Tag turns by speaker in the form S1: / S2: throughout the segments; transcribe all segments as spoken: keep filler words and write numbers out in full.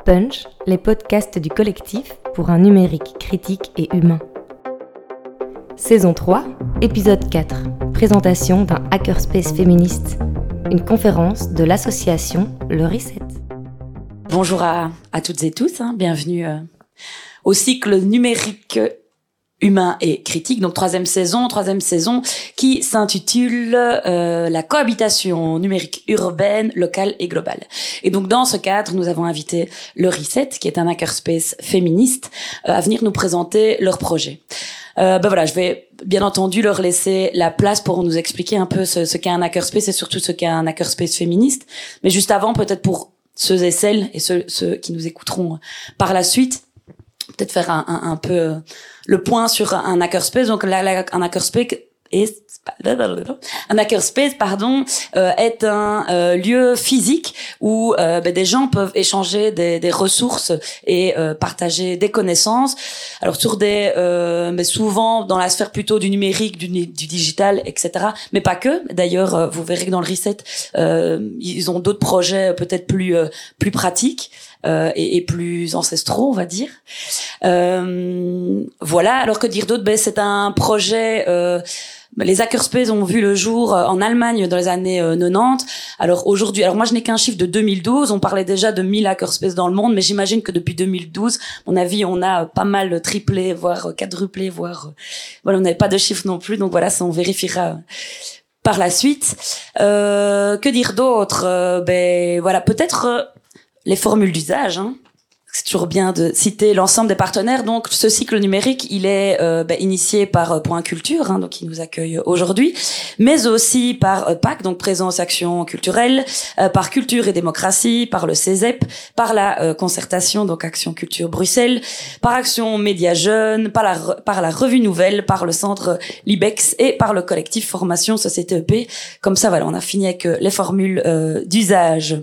S1: Punch, les podcasts du collectif pour un numérique critique et humain. Saison trois, épisode quatre. Présentation d'un hackerspace féministe. Une conférence de l'association Le Reset.
S2: Bonjour à, à toutes et tous, hein, bienvenue euh, au cycle numérique humain et critique, donc troisième saison, troisième saison qui s'intitule euh, la cohabitation numérique urbaine, locale et globale. Et donc dans ce cadre, nous avons invité le Reset, qui est un hackerspace féministe, euh, à venir nous présenter leur projet. Euh, ben voilà, je vais bien entendu leur laisser la place pour nous expliquer un peu ce, ce qu'est un hackerspace et surtout ce qu'est un hackerspace féministe. Mais juste avant, peut-être pour ceux et celles et ceux, ceux qui nous écouteront par la suite, peut-être faire un, un, un peu euh, le point sur un hackerspace. Donc là, là, un hackerspace est un hackerspace, pardon, euh, est un euh, lieu physique où euh, ben, des gens peuvent échanger des, des ressources et euh, partager des connaissances. Alors sur des, euh, mais souvent dans la sphère plutôt du numérique, du, du digital, et cetera. Mais pas que. D'ailleurs, euh, vous verrez que dans le Reset, euh, ils ont d'autres projets peut-être plus euh, plus pratiques. Euh, et, et plus ancestraux, on va dire. Euh, voilà. Alors que dire d'autre ? Ben c'est un projet. Euh, les hackerspaces ont vu le jour en Allemagne dans les années euh, quatre-vingt-dix. Alors aujourd'hui, alors moi je n'ai qu'un chiffre de deux mille douze. On parlait déjà de mille hackerspaces dans le monde, mais j'imagine que depuis deux mille douze, à mon avis, on a pas mal triplé, voire quadruplé, voire. Euh, voilà, on n'avait pas de chiffre non plus. Donc voilà, ça on vérifiera par la suite. Euh, que dire d'autre ? euh, Ben voilà, peut-être. Euh, les formules d'usage, hein. C'est toujours bien de citer l'ensemble des partenaires. Donc, ce cycle numérique, il est euh, bah, initié par euh, Point Culture, hein, donc qui nous accueille aujourd'hui, mais aussi par euh, P A C, donc Présence Action Culturelle, euh, par Culture et Démocratie, par le CESEP, par la euh, concertation, donc Action Culture Bruxelles, par Action Média Jeunes, par la, par la Revue Nouvelle, par le Centre Libex et par le collectif Formation Société E P. Comme ça, voilà, on a fini avec euh, les formules euh, d'usage.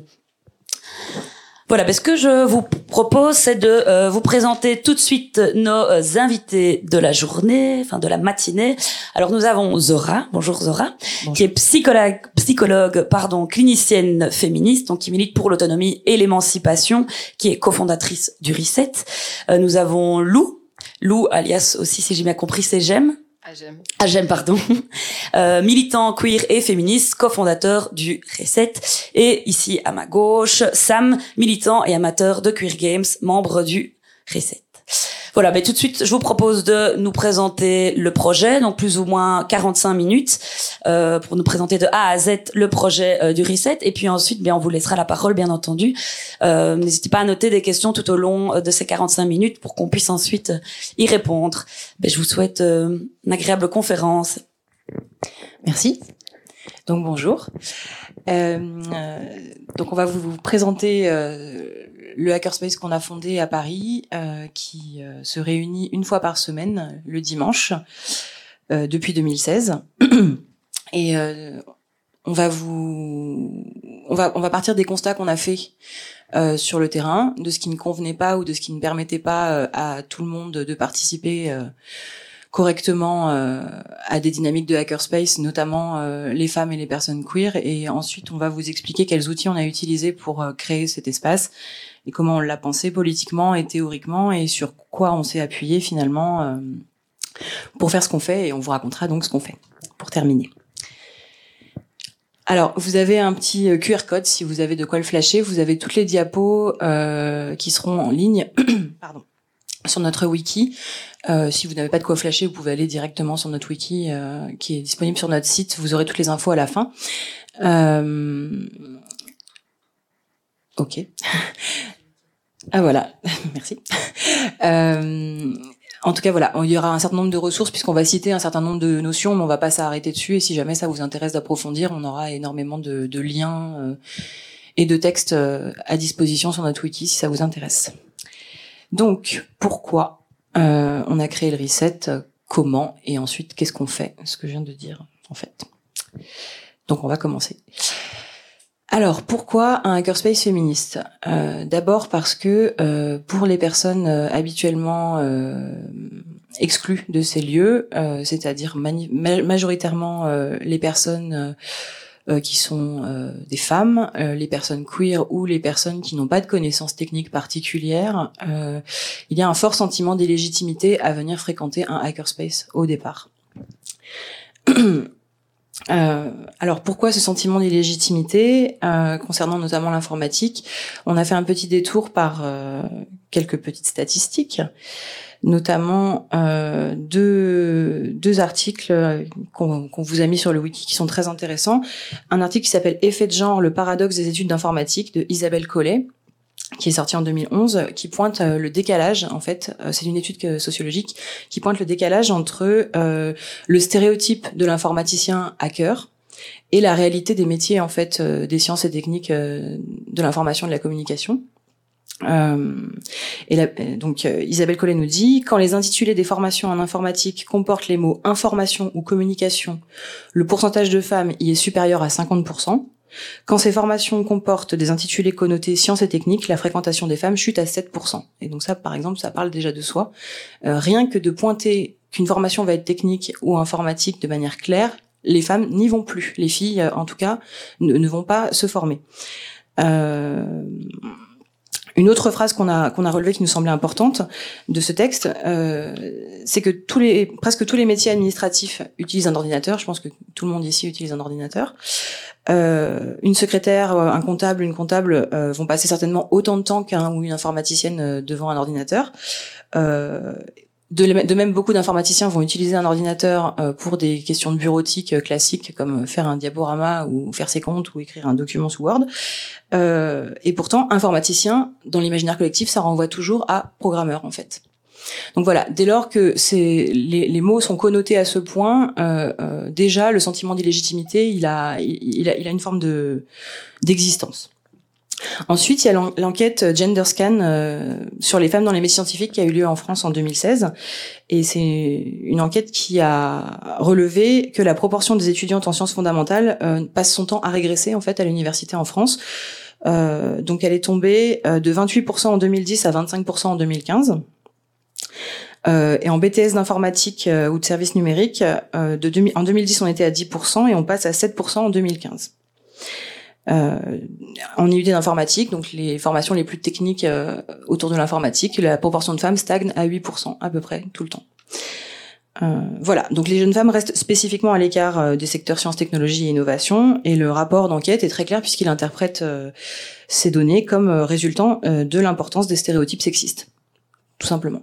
S2: Voilà, ben ce que je vous propose, c'est de euh, vous présenter tout de suite nos euh, invités de la journée, enfin de la matinée. Alors nous avons Zora, bonjour Zora, bonjour. Qui est psychologue, psychologue, pardon, clinicienne féministe, donc qui milite pour l'autonomie et l'émancipation, qui est cofondatrice du Reset. Euh, nous avons Lou, Lou alias aussi, si j'ai bien compris, c'est Jem.
S3: Agem.
S2: Agem, pardon. Euh, militant queer et féministe, cofondateur du Reset. Et ici, à ma gauche, Sam, militant et amateur de Queer Games, membre du Reset. Voilà, mais tout de suite, je vous propose de nous présenter le projet, donc plus ou moins quarante-cinq minutes, euh, pour nous présenter de A à Z le projet euh, du Reset. Et puis ensuite, bien, on vous laissera la parole, bien entendu. Euh, n'hésitez pas à noter des questions tout au long de ces quarante-cinq minutes pour qu'on puisse ensuite y répondre. Ben, je vous souhaite euh, une agréable conférence.
S3: Merci. Donc bonjour. Euh, euh, donc on va vous, vous présenter euh, le hackerspace qu'on a fondé à Paris, euh, qui euh, se réunit une fois par semaine, le dimanche, euh, depuis deux mille seize. Et euh, on va vous, on va, on va partir des constats qu'on a faits euh, sur le terrain, de ce qui ne convenait pas ou de ce qui ne permettait pas euh, à tout le monde de participer euh, correctement euh, à des dynamiques de hackerspace, notamment euh, les femmes et les personnes queer. Et ensuite, on va vous expliquer quels outils on a utilisés pour euh, créer cet espace et comment on l'a pensé politiquement et théoriquement et sur quoi on s'est appuyé finalement euh, pour faire ce qu'on fait. Et on vous racontera donc ce qu'on fait pour terminer. Alors, vous avez un petit Q R code si vous avez de quoi le flasher. Vous avez toutes les diapos euh, qui seront en ligne. Pardon. Sur notre wiki. Euh, si vous n'avez pas de quoi flasher, vous pouvez aller directement sur notre wiki euh, qui est disponible sur notre site. Vous aurez toutes les infos à la fin. Euh... Ok. Ah voilà, merci. Euh... En tout cas, voilà, il y aura un certain nombre de ressources puisqu'on va citer un certain nombre de notions, mais on va pas s'arrêter dessus. Et si jamais ça vous intéresse d'approfondir, on aura énormément de, de liens euh, et de textes euh, à disposition sur notre wiki si ça vous intéresse. Donc, pourquoi euh, on a créé le Reset, euh, comment, et ensuite, qu'est-ce qu'on fait ? Ce que je viens de dire, en fait. Donc, on va commencer. Alors, pourquoi un hackerspace féministe ? euh, D'abord parce que euh, pour les personnes euh, habituellement euh, exclues de ces lieux, euh, c'est-à-dire mani- ma- majoritairement euh, les personnes... Euh, euh, qui sont euh, des femmes, euh, les personnes queer ou les personnes qui n'ont pas de connaissances techniques particulières, euh, il y a un fort sentiment d'illégitimité à venir fréquenter un hackerspace au départ. Euh, alors pourquoi ce sentiment d'illégitimité euh, concernant notamment l'informatique? On a fait un petit détour par euh, quelques petites statistiques, notamment euh, deux, deux articles qu'on, qu'on vous a mis sur le wiki qui sont très intéressants. Un article qui s'appelle « Effet de genre, le paradoxe des études d'informatique » de Isabelle Collet, qui est sorti en deux mille onze, qui pointe euh, le décalage, en fait, euh, c'est une étude euh, sociologique, qui pointe le décalage entre euh, le stéréotype de l'informaticien hacker et la réalité des métiers, en fait, euh, des sciences et techniques euh, de l'information et de la communication. Euh, et la, donc euh, Isabelle Collet nous dit: quand les intitulés des formations en informatique comportent les mots information ou communication, le pourcentage de femmes y est supérieur à cinquante pour cent. Quand ces formations comportent des intitulés connotés sciences et techniques, la fréquentation des femmes chute à sept pour cent. Et donc ça, par exemple, ça parle déjà de soi. Euh, rien que de pointer qu'une formation va être technique ou informatique de manière claire, les femmes n'y vont plus. Les filles, en tout cas, ne, ne vont pas se former. Euh... Une autre phrase qu'on a qu'on a relevée qui nous semblait importante de ce texte, euh, c'est que tous les presque tous les métiers administratifs utilisent un ordinateur. Je pense que tout le monde ici utilise un ordinateur. Euh, une secrétaire, un comptable, une comptable euh, vont passer certainement autant de temps qu'un ou une informaticienne devant un ordinateur. Euh, De, de même, beaucoup d'informaticiens vont utiliser un ordinateur euh, pour des questions de bureautique euh, classiques, comme faire un diaporama ou faire ses comptes ou écrire un document sous Word. Euh, et pourtant, informaticien, dans l'imaginaire collectif, ça renvoie toujours à programmeur, en fait. Donc voilà, dès lors que c'est, les, les mots sont connotés à ce point, euh, euh, déjà, le sentiment d'illégitimité, il a, il, a, il a une forme de d'existence. Ensuite, il y a l'enquête GenderScan euh, sur les femmes dans les métiers scientifiques qui a eu lieu en France en deux mille seize. Et c'est une enquête qui a relevé que la proportion des étudiantes en sciences fondamentales euh, passe son temps à régresser en fait à l'université en France. Euh, donc elle est tombée euh, de vingt-huit pour cent en deux mille dix à vingt-cinq pour cent en deux mille quinze. Euh, et en B T S d'informatique euh, ou de services numériques, euh, de deux mille, en deux mille dix on était à dix pour cent et on passe à sept pour cent en deux mille quinze. Euh, en I U T d'informatique, donc les formations les plus techniques euh, autour de l'informatique, la proportion de femmes stagne à huit pour cent à peu près tout le temps. Euh, voilà, donc les jeunes femmes restent spécifiquement à l'écart euh, des secteurs sciences, technologies et innovation, et le rapport d'enquête est très clair puisqu'il interprète euh, ces données comme euh, résultant euh, de l'importance des stéréotypes sexistes, tout simplement.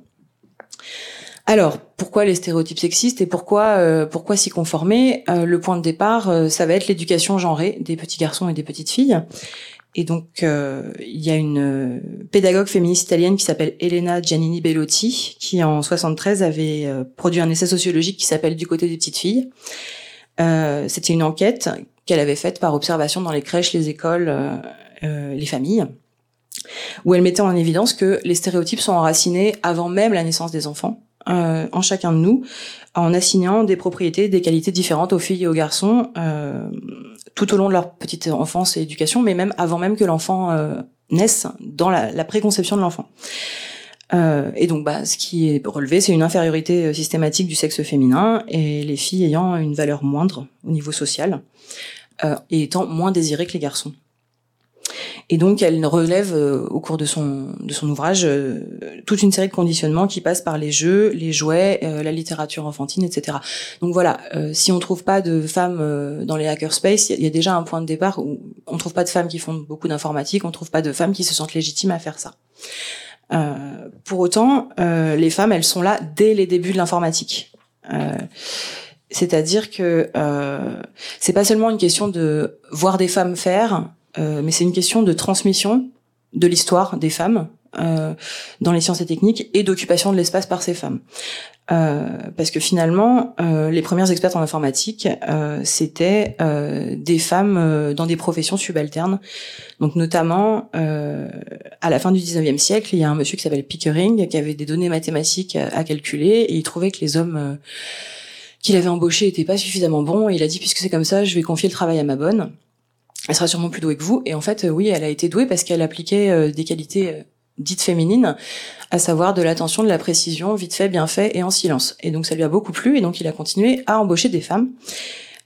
S3: Alors, pourquoi les stéréotypes sexistes et pourquoi euh, pourquoi s'y conformer? euh, Le point de départ, euh, ça va être l'éducation genrée des petits garçons et des petites filles. Et donc, euh, il y a une euh, pédagogue féministe italienne qui s'appelle Elena Giannini Bellotti, qui en soixante-treize avait euh, produit un essai sociologique qui s'appelle Du côté des petites filles. Euh, c'était une enquête qu'elle avait faite par observation dans les crèches, les écoles, euh, euh, les familles, où elle mettait en évidence que les stéréotypes sont enracinés avant même la naissance des enfants. Euh, en chacun de nous, en assignant des propriétés, des qualités différentes aux filles et aux garçons euh, tout au long de leur petite enfance et éducation, mais même avant même que l'enfant euh, naisse, dans la, la préconception de l'enfant. Euh, et donc, bah, ce qui est relevé, c'est une infériorité systématique du sexe féminin et les filles ayant une valeur moindre au niveau social euh, et étant moins désirées que les garçons. Et donc, elle relève euh, au cours de son de son ouvrage euh, toute une série de conditionnements qui passent par les jeux, les jouets, euh, la littérature enfantine, et cetera. Donc voilà, euh, si on trouve pas de femmes euh, dans les hackerspace, il y, y a déjà un point de départ où on trouve pas de femmes qui font beaucoup d'informatique, on trouve pas de femmes qui se sentent légitimes à faire ça. Euh, pour autant, euh, les femmes, elles sont là dès les débuts de l'informatique. Euh, c'est-à-dire que euh, c'est pas seulement une question de voir des femmes faire. Euh, mais c'est une question de transmission de l'histoire des femmes euh, dans les sciences et techniques et d'occupation de l'espace par ces femmes. Euh, parce que finalement, euh, les premières expertes en informatique, euh, c'était euh, des femmes euh, dans des professions subalternes. Donc notamment, euh, à la fin du dix-neuvième siècle, il y a un monsieur qui s'appelle Pickering qui avait des données mathématiques à, à calculer et il trouvait que les hommes euh, qu'il avait embauchés étaient pas suffisamment bons et il a dit, puisque c'est comme ça, je vais confier le travail à ma bonne. Elle sera sûrement plus douée que vous. Et en fait, oui, elle a été douée parce qu'elle appliquait euh, des qualités euh, dites féminines, à savoir de l'attention, de la précision, vite fait, bien fait et en silence. Et donc, ça lui a beaucoup plu et donc il a continué à embaucher des femmes.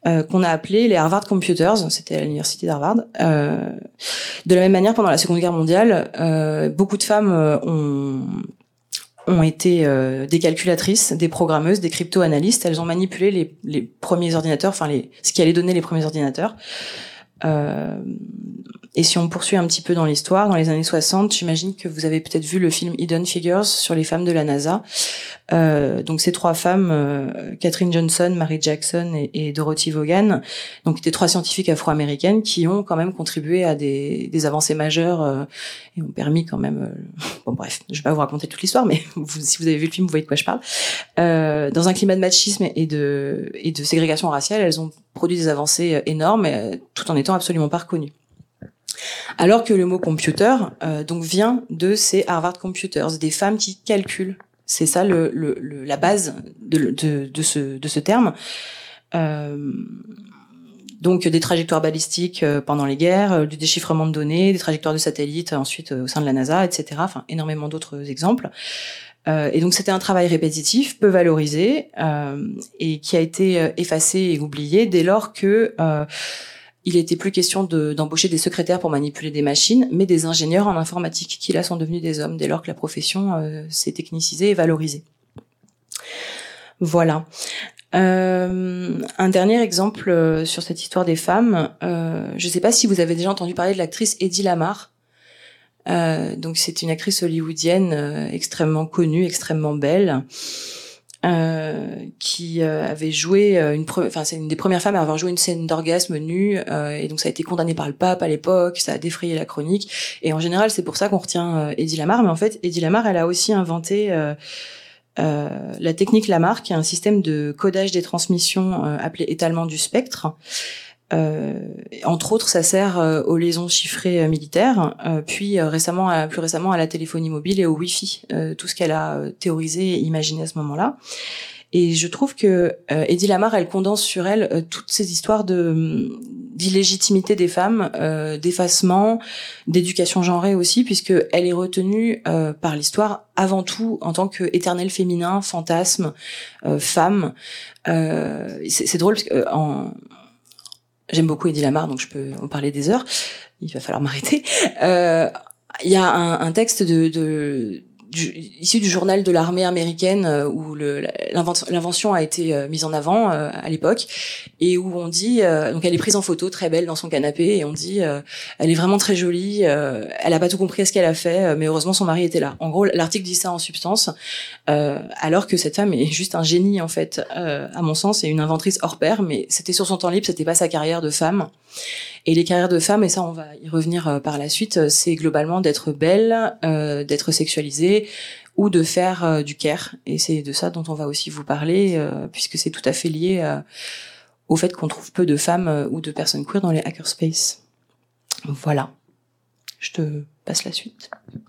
S3: euh, qu'on a appelé les Harvard Computers. C'était à l'université d'Harvard. Euh, de la même manière, pendant la Seconde Guerre mondiale, euh, beaucoup de femmes euh, ont ont été euh, des calculatrices, des programmeuses, des crypto-analystes. Elles ont manipulé les, les premiers ordinateurs, enfin les, ce qui allait donner les premiers ordinateurs. Euh, et si on poursuit un petit peu dans l'histoire, dans les années soixante, j'imagine que vous avez peut-être vu le film Hidden Figures sur les femmes de la NASA. Euh, donc ces trois femmes, euh, Katherine Johnson, Mary Jackson et, et Dorothy Vaughan, donc étaient trois scientifiques afro-américaines qui ont quand même contribué à des, des avancées majeures euh, et ont permis quand même. Euh, bon bref, je vais pas vous raconter toute l'histoire, mais vous, si vous avez vu le film, vous voyez de quoi je parle. Euh, dans un climat de machisme et de et de ségrégation raciale, elles ont produit des avancées énormes, euh, tout en étant absolument pas reconnues. Alors que le mot computer euh, donc vient de ces Harvard Computers, des femmes qui calculent. C'est ça le, le, le, la base de, de, de, ce, de ce terme. Euh, donc des trajectoires balistiques pendant les guerres, du déchiffrement de données, des trajectoires de satellites ensuite au sein de la NASA, et cetera. Enfin, énormément d'autres exemples. Euh, et donc c'était un travail répétitif, peu valorisé, euh, et qui a été effacé et oublié dès lors que euh, il était plus question de, d'embaucher des secrétaires pour manipuler des machines, mais des ingénieurs en informatique, qui là sont devenus des hommes, dès lors que la profession euh, s'est technicisée et valorisée. Voilà. Euh, un dernier exemple euh, sur cette histoire des femmes. Euh, je ne sais pas si vous avez déjà entendu parler de l'actrice Hedy Lamarr. Euh, donc c'est une actrice hollywoodienne euh, extrêmement connue, extrêmement belle. Euh, qui euh, avait joué euh, une pre- enfin c'est une des premières femmes à avoir joué une scène d'orgasme nue euh, et donc ça a été condamné par le pape à l'époque, ça a défrayé la chronique et en général c'est pour ça qu'on retient euh, Hedy Lamarr, mais en fait Hedy Lamarr elle a aussi inventé euh, euh, la technique Lamarr, qui est un système de codage des transmissions euh, appelé étalement du spectre. Euh, entre autres, ça sert euh, aux liaisons chiffrées euh, militaires, euh, puis euh, récemment, à, plus récemment à la téléphonie mobile et au Wi-Fi, euh, tout ce qu'elle a euh, théorisé et imaginé à ce moment-là. Et je trouve que euh, Hedy Lamarr, elle condense sur elle euh, toutes ces histoires de d'illégitimité des femmes, euh, d'effacement, d'éducation genrée aussi, puisque elle est retenue euh, par l'histoire avant tout en tant que éternel féminin, fantasme, euh, femme. Euh, c'est, c'est drôle parce que euh, en j'aime beaucoup Hedy Lamarr, donc je peux en parler des heures. Il va falloir m'arrêter. Euh, il y a un, un texte de, de du, issu du journal de l'armée américaine euh, où le, l'invention, l'invention a été euh, mise en avant euh, à l'époque et où on dit, euh, donc elle est prise en photo très belle dans son canapé et on dit, euh, elle est vraiment très jolie, euh, elle a pas tout compris à ce qu'elle a fait, mais heureusement son mari était là. En gros, l'article dit ça en substance, euh, alors que cette femme est juste un génie en fait, euh, à mon sens, et une inventrice hors pair, mais c'était sur son temps libre, c'était pas sa carrière de femme. Et les carrières de femmes, et ça on va y revenir euh, par la suite, c'est globalement d'être belle, euh, d'être sexualisée ou de faire euh, du care. Et c'est de ça dont on va aussi vous parler, euh, puisque c'est tout à fait lié euh, au fait qu'on trouve peu de femmes euh, ou de personnes queer dans les hackerspaces. Voilà. Je te passe la suite.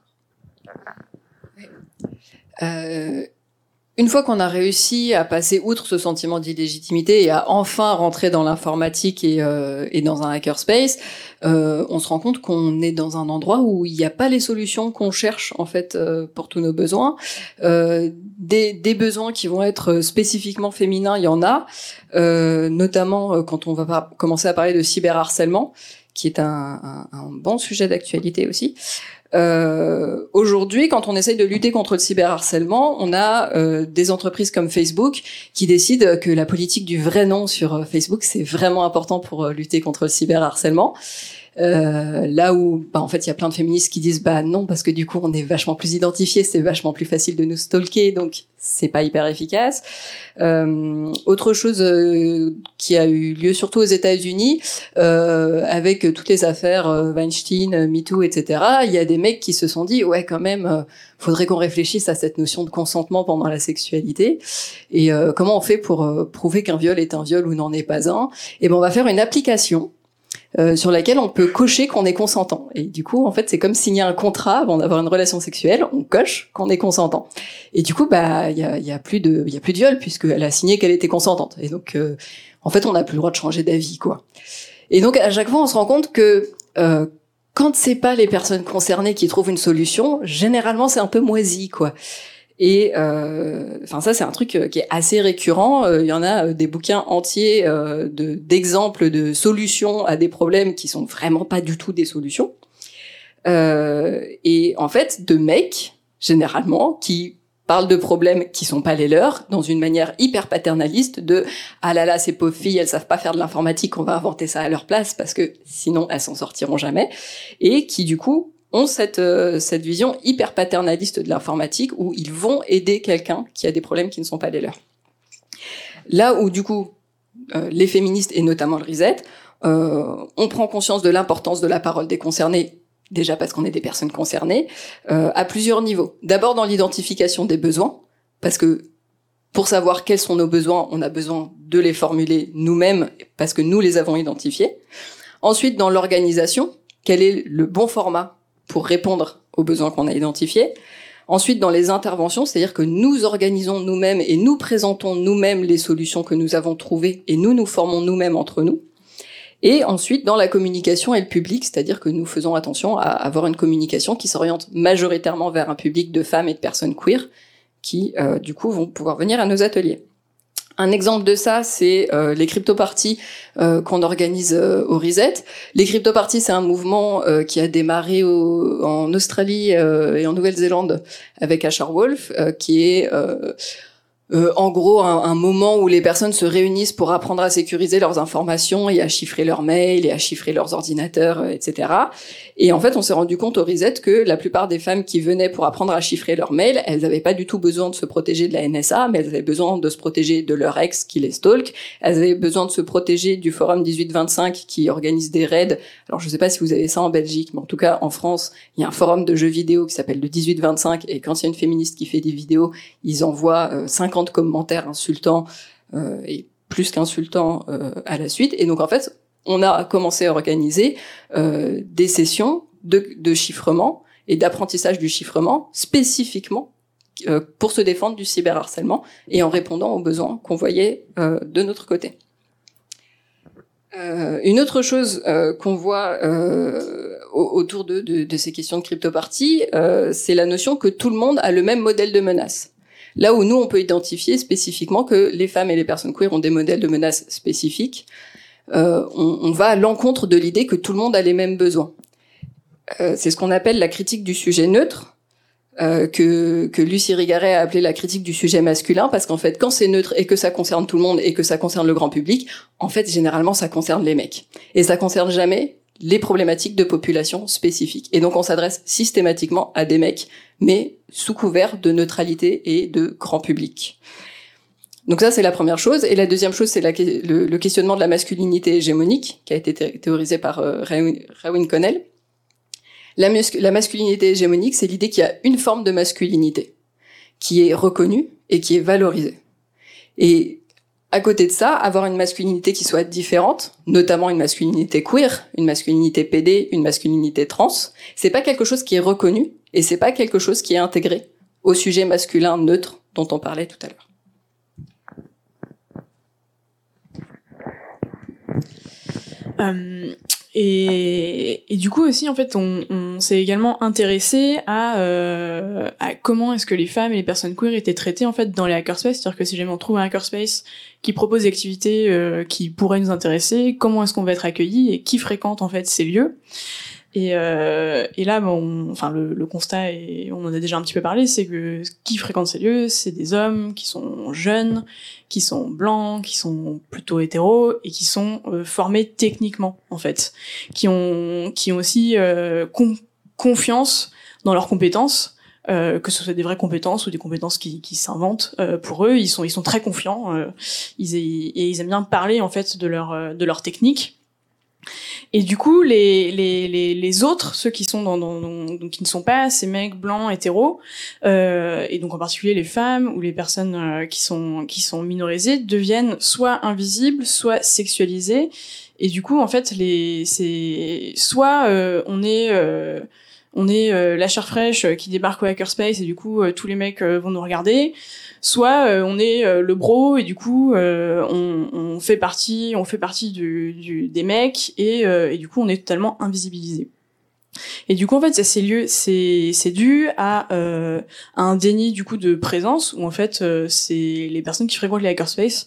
S4: Euh... Une fois qu'on a réussi à passer outre ce sentiment d'illégitimité et à enfin rentrer dans l'informatique et, euh, et dans un hackerspace, euh, on se rend compte qu'on est dans un endroit où il n'y a pas les solutions qu'on cherche en fait euh, pour tous nos besoins. Euh, des, des besoins qui vont être spécifiquement féminins, il y en a, euh, notamment euh, quand on va par- commencer à parler de cyberharcèlement, qui est un, un, un bon sujet d'actualité aussi. Euh, aujourd'hui, quand on essaye de lutter contre le cyberharcèlement, on a euh, des entreprises comme Facebook qui décident que la politique du vrai nom sur Facebook, c'est vraiment important pour euh, lutter contre le cyberharcèlement. Euh, là où, bah, en fait, il y a plein de féministes qui disent, bah non, parce que du coup, on est vachement plus identifiés, c'est vachement plus facile de nous stalker, donc c'est pas hyper efficace. Euh, autre chose euh, qui a eu lieu surtout aux États-Unis, euh, avec toutes les affaires euh, Weinstein, MeToo, et cetera. Il y a des mecs qui se sont dit, ouais, quand même, euh, faudrait qu'on réfléchisse à cette notion de consentement pendant la sexualité. Et euh, comment on fait pour euh, prouver qu'un viol est un viol ou n'en est pas un ? Et ben, on va faire une application. Euh, sur laquelle on peut cocher qu'on est consentant. Et du coup, en fait, c'est comme signer un contrat avant d'avoir une relation sexuelle, on coche qu'on est consentant. Et du coup, bah, il y a, y a plus de, il y a plus de viol puisqu'elle a signé qu'elle était consentante. Et donc, euh, en fait, on n'a plus le droit de changer d'avis, quoi. Et donc, à chaque fois, on se rend compte que euh, quand c'est pas les personnes concernées qui trouvent une solution, généralement, c'est un peu moisi, quoi. Et euh, enfin ça c'est un truc qui est assez récurrent. Il y en a des bouquins entiers euh, de d'exemples de solutions à des problèmes qui sont vraiment pas du tout des solutions. Euh, et en fait de mecs généralement qui parlent de problèmes qui sont pas les leurs dans une manière hyper paternaliste de ah là là ces pauvres filles elles savent pas faire de l'informatique, on va inventer ça à leur place parce que sinon elles s'en sortiront jamais, et qui du coup ont cette euh, cette vision hyper paternaliste de l'informatique où ils vont aider quelqu'un qui a des problèmes qui ne sont pas les leurs. Là où du coup euh, les féministes et notamment le Reset, euh, on prend conscience de l'importance de la parole des concernés. Déjà parce qu'on est des personnes concernées, euh, à plusieurs niveaux. D'abord dans l'identification des besoins, parce que pour savoir quels sont nos besoins, on a besoin de les formuler nous-mêmes, parce que nous les avons identifiés. Ensuite, dans l'organisation, quel est le bon format pour répondre aux besoins qu'on a identifiés. Ensuite, dans les interventions, c'est-à-dire que nous organisons nous-mêmes et nous présentons nous-mêmes les solutions que nous avons trouvées et nous nous formons nous-mêmes entre nous. Et ensuite, dans la communication et le public, c'est-à-dire que nous faisons attention à avoir une communication qui s'oriente majoritairement vers un public de femmes et de personnes queer qui, euh, du coup, vont pouvoir venir à nos ateliers. Un exemple de ça, c'est euh, les crypto-parties euh, qu'on organise euh, au Reset. Les crypto-parties, c'est un mouvement euh, qui a démarré au, en Australie euh, et en Nouvelle-Zélande avec Asher Wolf, euh, qui est... Euh, Euh, en gros, un, un moment où les personnes se réunissent pour apprendre à sécuriser leurs informations et à chiffrer leurs mails et à chiffrer leurs ordinateurs, et cetera. Et en fait, on s'est rendu compte au Reset que la plupart des femmes qui venaient pour apprendre à chiffrer leurs mails, elles n'avaient pas du tout besoin de se protéger de la N S A, mais elles avaient besoin de se protéger de leur ex qui les stalk. Elles avaient besoin de se protéger du forum dix-huit vingt-cinq qui organise des raids. Alors, je sais pas si vous avez ça en Belgique, mais en tout cas, en France, il y a un forum de jeux vidéo qui s'appelle le dix-huit vingt-cinq, et quand il y a une féministe qui fait des vidéos, ils envoient euh, cinquante commentaires insultants euh, et plus qu'insultants euh, à la suite. Et donc en fait, on a commencé à organiser euh, des sessions de, de chiffrement et d'apprentissage du chiffrement spécifiquement euh, pour se défendre du cyberharcèlement et en répondant aux besoins qu'on voyait euh, de notre côté. Euh, une autre chose euh, qu'on voit euh, autour de, de, de ces questions de crypto-parties, euh, c'est la notion que tout le monde a le même modèle de menace. Là où nous, on peut identifier spécifiquement que les femmes et les personnes queer ont des modèles de menaces spécifiques, euh, on, on va à l'encontre de l'idée que tout le monde a les mêmes besoins. Euh, c'est ce qu'on appelle la critique du sujet neutre, euh, que, que Lucie Rigaret a appelé la critique du sujet masculin, parce qu'en fait, quand c'est neutre et que ça concerne tout le monde et que ça concerne le grand public, en fait, généralement, ça concerne les mecs. Et ça concerne jamais les problématiques de population spécifiques. Et donc, on s'adresse systématiquement à des mecs, mais sous couvert de neutralité et de grand public. Donc ça, c'est la première chose. Et la deuxième chose, c'est la, le, le questionnement de la masculinité hégémonique, qui a été théorisé par euh, Raewyn Connell. La, mus- la masculinité hégémonique, c'est l'idée qu'il y a une forme de masculinité qui est reconnue et qui est valorisée. Et à côté de ça, avoir une masculinité qui soit différente, notamment une masculinité queer, une masculinité P D, une masculinité trans, c'est pas quelque chose qui est reconnu et c'est pas quelque chose qui est intégré au sujet masculin neutre dont on parlait tout à l'heure.
S5: Euh, et, et du coup aussi en fait on, on s'est également intéressé à, euh, à comment est-ce que les femmes et les personnes queer étaient traitées en fait dans les hackerspaces, c'est-à-dire que si jamais on trouve un hackerspace qui propose des activités euh, qui pourraient nous intéresser, comment est-ce qu'on va être accueillis et qui fréquente en fait ces lieux. Et, euh, et là, bon, enfin, le, le constat, et on en a déjà un petit peu parlé, c'est que qui fréquente ces lieux, c'est des hommes qui sont jeunes, qui sont blancs, qui sont plutôt hétéros et qui sont euh, formés techniquement, en fait, qui ont, qui ont aussi euh, con- confiance dans leurs compétences, euh, que ce soit des vraies compétences ou des compétences qui, qui s'inventent. Euh, pour eux, ils sont, ils sont très confiants, euh, ils, et ils aiment bien parler en fait de leur, de leur technique. Et du coup, les les les, les autres, ceux qui sont dans, dans, dans donc qui ne sont pas ces mecs blancs hétéros, euh, et donc en particulier les femmes ou les personnes euh, qui sont qui sont minorisées, deviennent soit invisibles, soit sexualisées. Et du coup, en fait, les c'est soit euh, on est euh, on est euh, la chair fraîche qui débarque au hackerspace et du coup euh, tous les mecs euh, vont nous regarder. Soit euh, on est euh, le bro et du coup euh, on, on fait partie on fait partie du, du des mecs et, euh, et du coup on est totalement invisibilisé. Et du coup, en fait, ça, c'est lieu, c'est, c'est dû à, euh, à un déni, du coup, de présence, où, en fait, euh, c'est les personnes qui fréquentent les hackerspaces,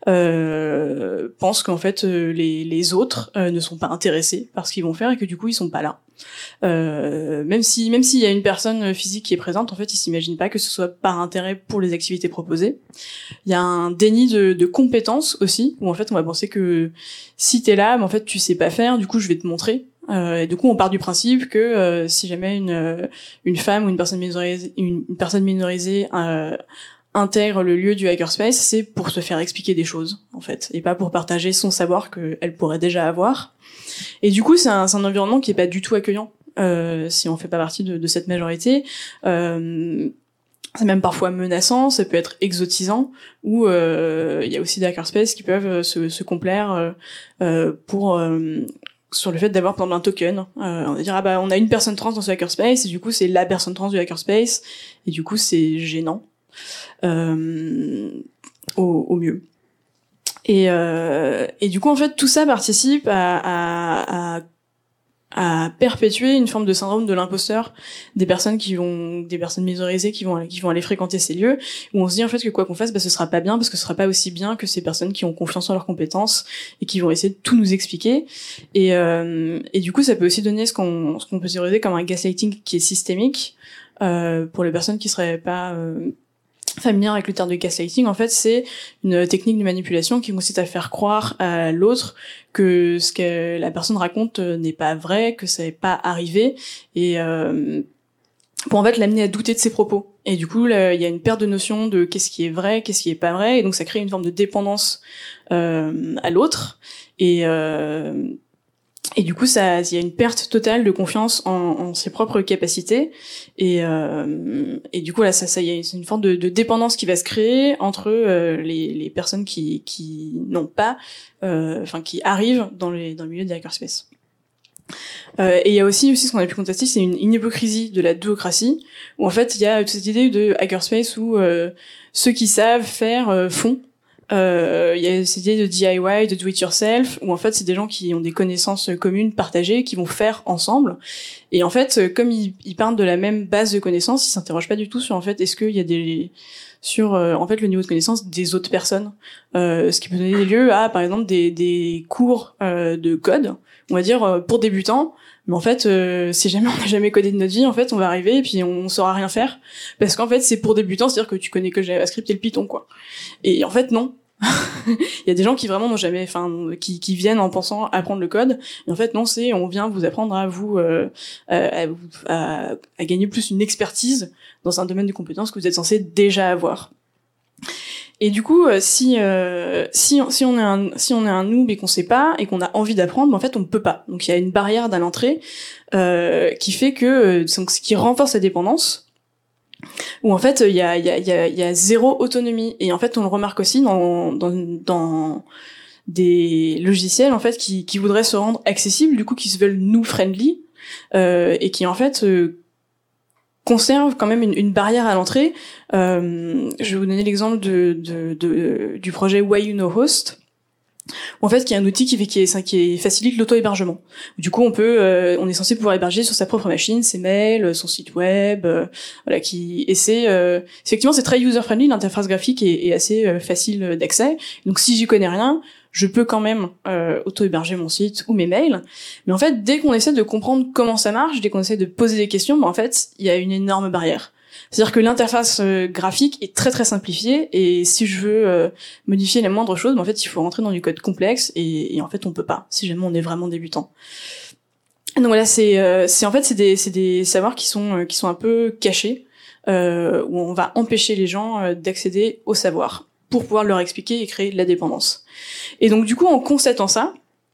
S5: euh, pensent qu'en fait, euh, les, les autres, euh, ne sont pas intéressés par ce qu'ils vont faire et que, du coup, ils sont pas là. Euh, même si, même s'il y a une personne physique qui est présente, en fait, ils s'imaginent pas que ce soit par intérêt pour les activités proposées. Il y a un déni de, de compétences aussi, où, en fait, on va penser que si t'es là, mais en fait, tu sais pas faire, du coup, je vais te montrer. Euh, et du coup, on part du principe que euh, si jamais une euh, une femme ou une personne minorisée, une, une personne minorisée euh, intègre le lieu du hackerspace, c'est pour se faire expliquer des choses, en fait, et pas pour partager son savoir qu'elle pourrait déjà avoir. Et du coup, c'est un, c'est un environnement qui est pas du tout accueillant euh, si on fait pas partie de, de cette majorité. Euh, c'est même parfois menaçant, ça peut être exotisant, ou il euh, y a aussi des hackerspaces qui peuvent se, se complaire euh, euh, pour euh, sur le fait d'avoir par exemple un token. Euh, on va dire ah bah on a une personne trans dans ce hackerspace et du coup c'est la personne trans du hackerspace et du coup c'est gênant euh, au, au mieux. Et, euh, et du coup en fait tout ça participe à, à, à à perpétuer une forme de syndrome de l'imposteur des personnes qui vont, des personnes minorisées qui vont, qui vont aller fréquenter ces lieux, où on se dit en fait que quoi qu'on fasse, bah ce sera pas bien parce que ce sera pas aussi bien que ces personnes qui ont confiance en leurs compétences et qui vont essayer de tout nous expliquer. Et, euh, et du coup, ça peut aussi donner ce qu'on, ce qu'on peut théoriser comme un gaslighting qui est systémique euh, pour les personnes qui seraient pas euh, familières avec le terme de gaslighting. En fait, c'est une technique de manipulation qui consiste à faire croire à l'autre que ce que la personne raconte n'est pas vrai, que ça n'est pas arrivé, et euh, pour en fait l'amener à douter de ses propos. Et du coup, il y a une perte de notion de qu'est-ce qui est vrai, qu'est-ce qui est pas vrai, et donc ça crée une forme de dépendance euh, à l'autre. Et euh, Et du coup, ça, il y a une perte totale de confiance en, en ses propres capacités. Et, euh, et du coup, là, ça, ça, il y a une forme de, de dépendance qui va se créer entre euh, les, les personnes qui, qui n'ont pas, euh, enfin, qui arrivent dans les, dans le milieu des hackerspaces. Euh, et il y a aussi, aussi ce qu'on a pu constater, c'est une, une hypocrisie de la duocratie, où en fait, il y a toute cette idée de hackerspace où euh, ceux qui savent faire euh, font. Il euh, y a cette idée de D I Y, de do it yourself, où en fait c'est des gens qui ont des connaissances communes partagées, qui vont faire ensemble. Et en fait, comme ils, ils partent de la même base de connaissances, ils s'interrogent pas du tout sur en fait est-ce qu'il y a des sur euh, en fait le niveau de connaissance des autres personnes, euh, ce qui peut donner lieu à par exemple des des cours euh, de code, on va dire euh, pour débutants. Mais en fait, euh, si jamais on n'a jamais codé de notre vie, en fait, on va arriver et puis on saura rien faire parce qu'en fait c'est pour débutants, c'est-à-dire que tu connais que le JavaScript et le Python quoi. Et en fait non. Il y a des gens qui vraiment n'ont jamais, enfin, qui, qui viennent en pensant apprendre le code. Et en fait, non, c'est on vient vous apprendre à vous, euh, à, à, à gagner plus une expertise dans un domaine de compétences que vous êtes censé déjà avoir. Et du coup, si euh, si si on est un si on est un noob et qu'on sait pas et qu'on a envie d'apprendre, ben en fait on ne peut pas. Donc il y a une barrière à l'entrée euh, qui fait que donc ce qui renforce la dépendance. Où en fait il y a il y a il y a il y a zéro autonomie et en fait on le remarque aussi dans dans dans des logiciels en fait qui qui voudraient se rendre accessibles, du coup qui se veulent nous friendly euh, et qui en fait euh, conservent quand même une, une barrière à l'entrée. Euh, je vais vous donner l'exemple de, de de du projet Why You Know Host. En fait, qui est un outil qui fait qui, est, qui est, facilite l'auto-hébergement. Du coup, on peut, euh, on est censé pouvoir héberger sur sa propre machine ses mails, son site web, euh, voilà, qui et c'est euh, effectivement c'est très user-friendly. L'interface graphique est, est assez euh, facile d'accès. Donc, si j'y connais rien, je peux quand même euh, auto-héberger mon site ou mes mails. Mais en fait, dès qu'on essaie de comprendre comment ça marche, dès qu'on essaie de poser des questions, ben en fait, il y a une énorme barrière. C'est-à-dire que l'interface euh, graphique est très très simplifiée et si je veux euh, modifier les moindres choses, ben en fait il faut rentrer dans du code complexe et, et en fait on peut pas si jamais on est vraiment débutant. Donc voilà, c'est euh, c'est en fait c'est des c'est des savoirs qui sont euh, qui sont un peu cachés euh, où on va empêcher les gens euh, d'accéder au savoir pour pouvoir leur expliquer et créer de la dépendance. Et donc du coup en constatant ça,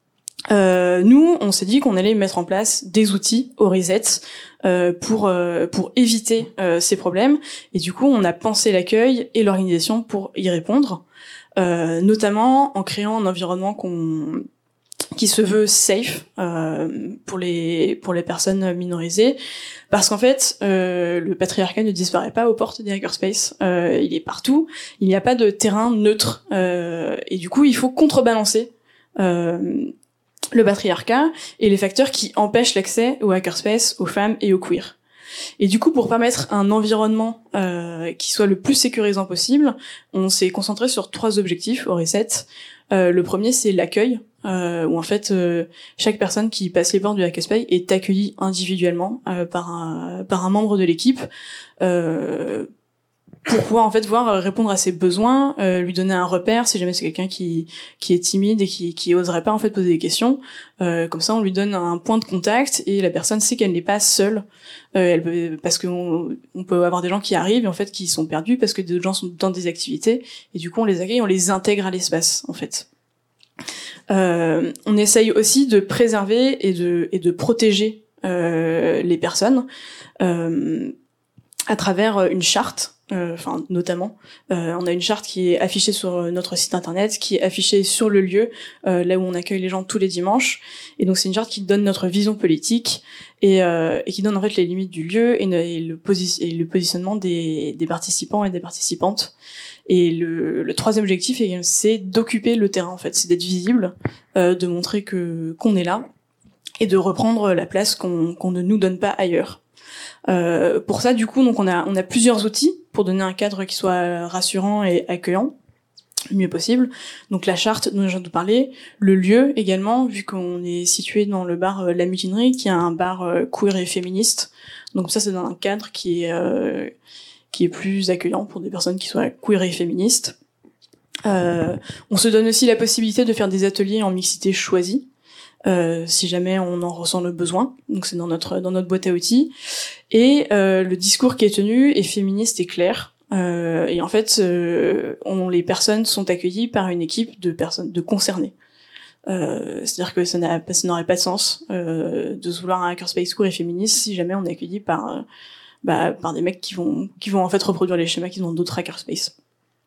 S5: Euh, nous, on s'est dit qu'on allait mettre en place des outils au reset euh, pour euh, pour éviter euh, ces problèmes. Et du coup, on a pensé l'accueil et l'organisation pour y répondre, euh, notamment en créant un environnement qu'on qui se veut safe euh, pour les pour les personnes minorisées, parce qu'en fait, euh, le patriarcat ne disparaît pas aux portes des hackerspaces. Euh, il est partout. Il n'y a pas de terrain neutre. Euh, et du coup, il faut contrebalancer. Euh, le patriarcat et les facteurs qui empêchent l'accès au hackerspace aux femmes et aux queers. Et du coup, pour permettre un environnement euh, qui soit le plus sécurisant possible, on s'est concentré sur trois objectifs au Reset. Euh, le premier, c'est l'accueil, euh, où en fait, euh, chaque personne qui passe les portes du hackerspace est accueillie individuellement euh, par un par un membre de l'équipe. Euh, pour pouvoir en fait voir répondre à ses besoins, euh, lui donner un repère si jamais c'est quelqu'un qui qui est timide et qui qui oserait pas en fait poser des questions. Euh, comme ça, on lui donne un point de contact et la personne sait qu'elle n'est pas seule. Euh, elle peut, parce qu'on on peut avoir des gens qui arrivent et en fait qui sont perdus parce que d'autres gens sont dans des activités et du coup on les accueille, on les intègre à l'espace en fait. Euh, on essaye aussi de préserver et de et de protéger euh, les personnes euh, à travers une charte. Enfin, euh, notamment, euh, on a une charte qui est affichée sur notre site internet, qui est affichée sur le lieu, euh, là où on accueille les gens tous les dimanches. Et donc, c'est une charte qui donne notre vision politique et, euh, et qui donne en fait les limites du lieu et, et, le, posi- et le positionnement des, des participants et des participantes. Et le, le troisième objectif, c'est d'occuper le terrain. En fait, c'est d'être visible, euh, de montrer que qu'on est là et de reprendre la place qu'on, qu'on ne nous donne pas ailleurs. Euh, pour ça, du coup, donc on a on a plusieurs outils pour donner un cadre qui soit rassurant et accueillant le mieux possible. Donc la charte dont je viens de parler, le lieu également, vu qu'on est situé dans le bar euh, La Mutinerie, qui est un bar euh, queer et féministe. Donc ça, c'est dans un cadre qui est euh, qui est plus accueillant pour des personnes qui soient queer et féministes. Euh, on se donne aussi la possibilité de faire des ateliers en mixité choisie. Euh, si jamais on en ressent le besoin, donc c'est dans notre dans notre boîte à outils. Et euh, le discours qui est tenu est féministe et clair. Euh, et en fait, euh, on, les personnes sont accueillies par une équipe de personnes de concernées. Euh, c'est-à-dire que ça, n'a, ça n'aurait pas de sens euh, de se vouloir un hackerspace queer et féministe si jamais on est accueilli par euh, bah, par des mecs qui vont qui vont en fait reproduire les schémas qu'ils ont dans d'autres hackerspaces.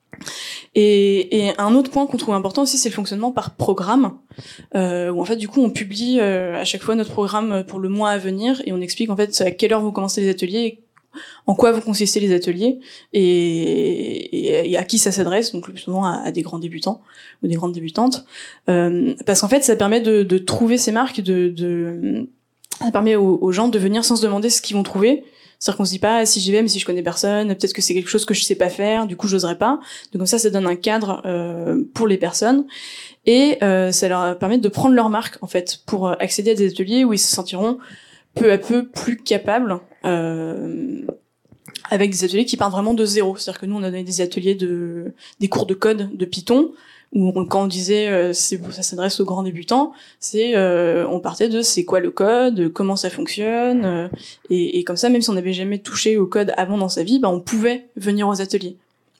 S5: Et, et un autre point qu'on trouve important aussi, c'est le fonctionnement par programme, euh, où en fait du coup on publie euh, à chaque fois notre programme pour le mois à venir et on explique en fait à quelle heure vont commencer les ateliers, en quoi vont consister les ateliers et, et, et à qui ça s'adresse, donc le plus souvent à, à des grands débutants ou des grandes débutantes, euh, parce qu'en fait ça permet de, de trouver ces marques, de, de ça permet aux, aux gens de venir sans se demander ce qu'ils vont trouver. C'est-à-dire qu'on se dit pas, si j'y vais, mais si je connais personne, peut-être que c'est quelque chose que je sais pas faire, du coup j'oserais pas. Donc comme ça, ça donne un cadre euh, pour les personnes. Et euh, ça leur permet de prendre leur marque, en fait, pour accéder à des ateliers où ils se sentiront peu à peu plus capables, euh, avec des ateliers qui partent vraiment de zéro. C'est-à-dire que nous, on a donné des ateliers de, des cours de code de Python, où on, quand on disait euh, c'est, ça s'adresse aux grands débutants, c'est euh, on partait de c'est quoi le code, comment ça fonctionne, euh, et, et comme ça, même si on n'avait jamais touché au code avant dans sa vie, bah, on pouvait venir aux ateliers.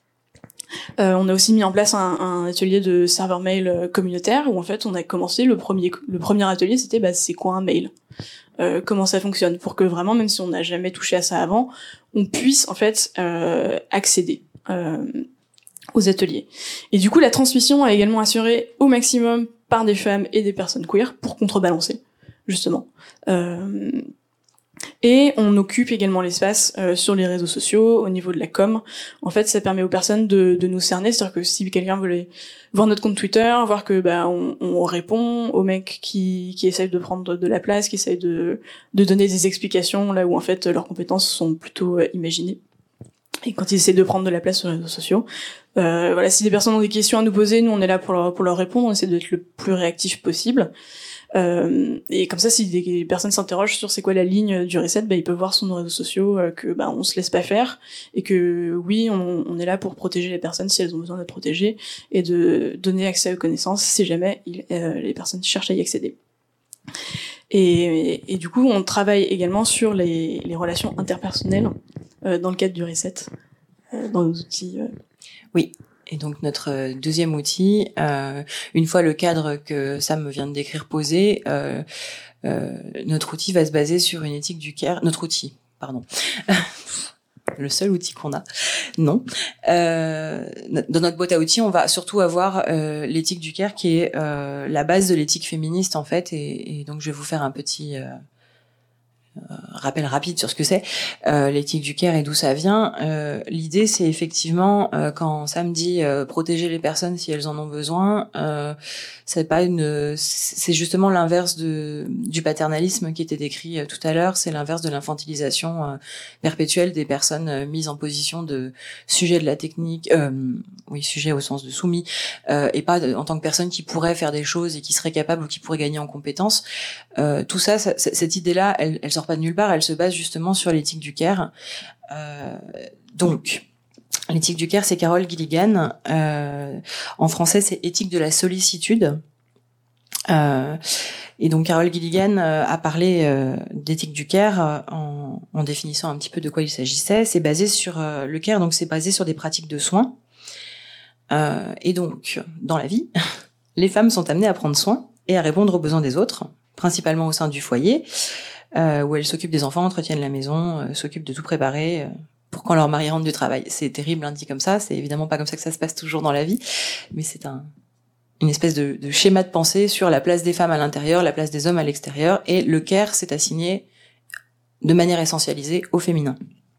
S5: Euh, on a aussi mis en place un, un atelier de serveur mail communautaire où en fait on a commencé le premier le premier atelier, c'était bah, c'est quoi un mail, euh, comment ça fonctionne, pour que vraiment, même si on n'a jamais touché à ça avant, on puisse en fait euh, accéder Euh, aux ateliers. Et du coup, la transmission est également assurée au maximum par des femmes et des personnes queer pour contrebalancer, justement. Euh, et on occupe également l'espace euh, sur les réseaux sociaux, au niveau de la com. En fait, ça permet aux personnes de, de nous cerner, c'est-à-dire que si quelqu'un voulait voir notre compte Twitter, voir que bah on, on répond aux mecs qui qui essayent de prendre de la place, qui essayent de de donner des explications là où en fait leurs compétences sont plutôt euh, imaginées. Et quand ils essaient de prendre de la place sur les réseaux sociaux, euh, voilà, si des personnes ont des questions à nous poser, nous on est là pour leur, pour leur répondre, on essaie d'être le plus réactif possible. Euh, et comme ça, si des personnes s'interrogent sur c'est quoi la ligne du Reset, bah, ils peuvent voir sur nos réseaux sociaux euh, que bah, on se laisse pas faire et que oui, on, on est là pour protéger les personnes si elles ont besoin d'être protégées et de donner accès aux connaissances si jamais il, euh, les personnes cherchent à y accéder. Et, et, et du coup, on travaille également sur les, les relations interpersonnelles euh, dans le cadre du Reset, euh, dans nos outils. Euh.
S3: Oui. Et donc notre deuxième outil, euh, une fois le cadre que Sam vient de décrire posé, euh, euh, notre outil va se baser sur une éthique du care. Notre outil, pardon. Le seul outil qu'on a. Non. Euh, dans notre boîte à outils, on va surtout avoir euh, l'éthique du care qui est euh, la base de l'éthique féministe en fait. Et, et donc je vais vous faire un petit euh, rappel rapide sur ce que c'est, euh, l'éthique du care et d'où ça vient. Euh, l'idée, c'est effectivement, euh, quand Sam dit euh, protéger les personnes si elles en ont besoin, euh, c'est pas une, c'est justement l'inverse de du paternalisme qui était décrit euh, tout à l'heure. C'est l'inverse de l'infantilisation euh, perpétuelle des personnes euh, mises en position de sujet de la technique, euh, oui, sujet au sens de soumis, euh, et pas de, en tant que personne qui pourrait faire des choses et qui serait capable ou qui pourrait gagner en compétences. Euh, tout ça, ça, cette idée-là, elle, elle sort pas de nulle part. Elle se base justement sur l'éthique du care. Euh, donc, l'éthique du care, c'est Carol Gilligan. Euh, en français, c'est éthique de la sollicitude. Euh, et donc, Carol Gilligan euh, a parlé euh, d'éthique du care euh, en, en définissant un petit peu de quoi il s'agissait. C'est basé sur euh, le care, donc c'est basé sur des pratiques de soins. Euh, et donc, dans la vie, les femmes sont amenées à prendre soin et à répondre aux besoins des autres, principalement au sein du foyer, euh, où elles s'occupent des enfants, entretiennent la maison, euh, s'occupent de tout préparer euh, pour quand leur mari rentre du travail. C'est terrible, hein, dit comme ça, c'est évidemment pas comme ça que ça se passe toujours dans la vie, mais c'est un, une espèce de, de schéma de pensée sur la place des femmes à l'intérieur, la place des hommes à l'extérieur, et le care s'est assigné de manière essentialisée au féminin.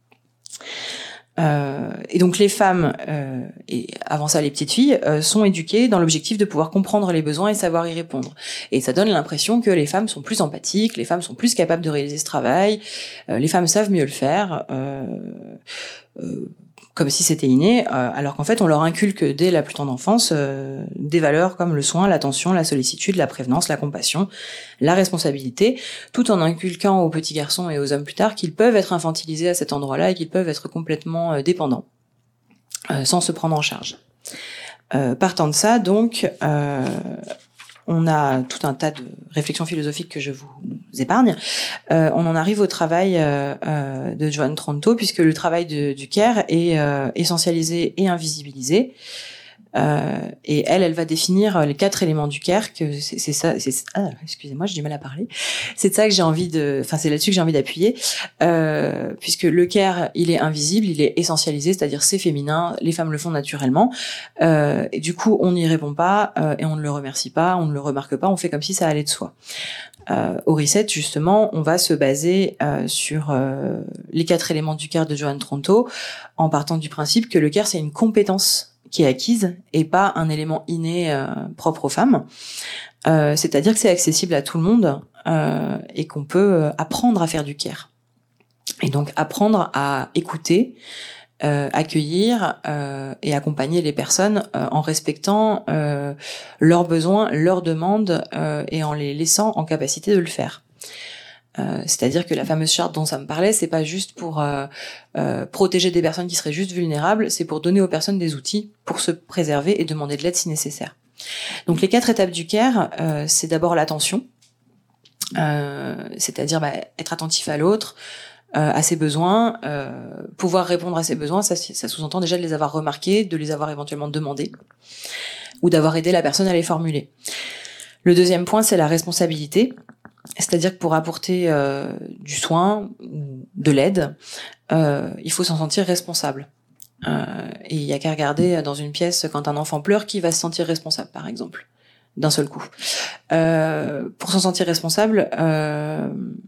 S3: Euh, et donc les femmes, euh, et avant ça les petites filles, euh, sont éduquées dans l'objectif de pouvoir comprendre les besoins et savoir y répondre. Et ça donne l'impression que les femmes sont plus empathiques, les femmes sont plus capables de réaliser ce travail, euh, les femmes savent mieux le faire, euh, euh, comme si c'était inné, euh, alors qu'en fait on leur inculque dès la plus tendre enfance euh, des valeurs comme le soin, l'attention, la sollicitude, la prévenance, la compassion, la responsabilité, tout en inculquant aux petits garçons et aux hommes plus tard qu'ils peuvent être infantilisés à cet endroit-là et qu'ils peuvent être complètement euh, dépendants, euh, sans se prendre en charge. Euh, partant de ça, donc, euh, on a tout un tas de réflexions philosophiques que je vous épargne. Euh, on en arrive au travail euh, euh, de Joan Tronto, puisque le travail de, du care est euh, essentialisé et invisibilisé. Euh, et elle, elle va définir les quatre éléments du care. Que c'est, c'est ça. C'est, ah, excusez-moi, j'ai du mal à parler. C'est de ça que j'ai envie de. Enfin, c'est là-dessus que j'ai envie d'appuyer, euh, puisque le care, il est invisible, il est essentialisé, c'est-à-dire c'est féminin, les femmes le font naturellement. Euh, et du coup, on n'y répond pas euh, et on ne le remercie pas, on ne le remarque pas, on fait comme si ça allait de soi. Euh, au Reset, justement, on va se baser euh, sur euh, les quatre éléments du care de Joan Tronto, en partant du principe que le care, c'est une compétence qui est acquise et pas un élément inné euh, propre aux femmes. Euh, c'est-à-dire que c'est accessible à tout le monde euh, et qu'on peut euh, apprendre à faire du care. Et donc apprendre à écouter, euh, accueillir euh, et accompagner les personnes euh, en respectant euh, leurs besoins, leurs demandes euh, et en les laissant en capacité de le faire. Euh, c'est-à-dire que la fameuse charte dont ça me parlait, c'est pas juste pour euh, euh, protéger des personnes qui seraient juste vulnérables, c'est pour donner aux personnes des outils pour se préserver et demander de l'aide si nécessaire. Donc les quatre étapes du care, euh, c'est d'abord l'attention, euh, c'est-à-dire bah, être attentif à l'autre, euh, à ses besoins, euh, pouvoir répondre à ses besoins, ça, ça sous-entend déjà de les avoir remarqués, de les avoir éventuellement demandés, ou d'avoir aidé la personne à les formuler. Le deuxième point, c'est la responsabilité. C'est-à-dire que pour apporter euh, du soin, de l'aide, euh, il faut s'en sentir responsable. Euh, et il y a qu'à regarder dans une pièce quand un enfant pleure, qui va se sentir responsable, par exemple, d'un seul coup. Euh, pour s'en sentir responsable, euh,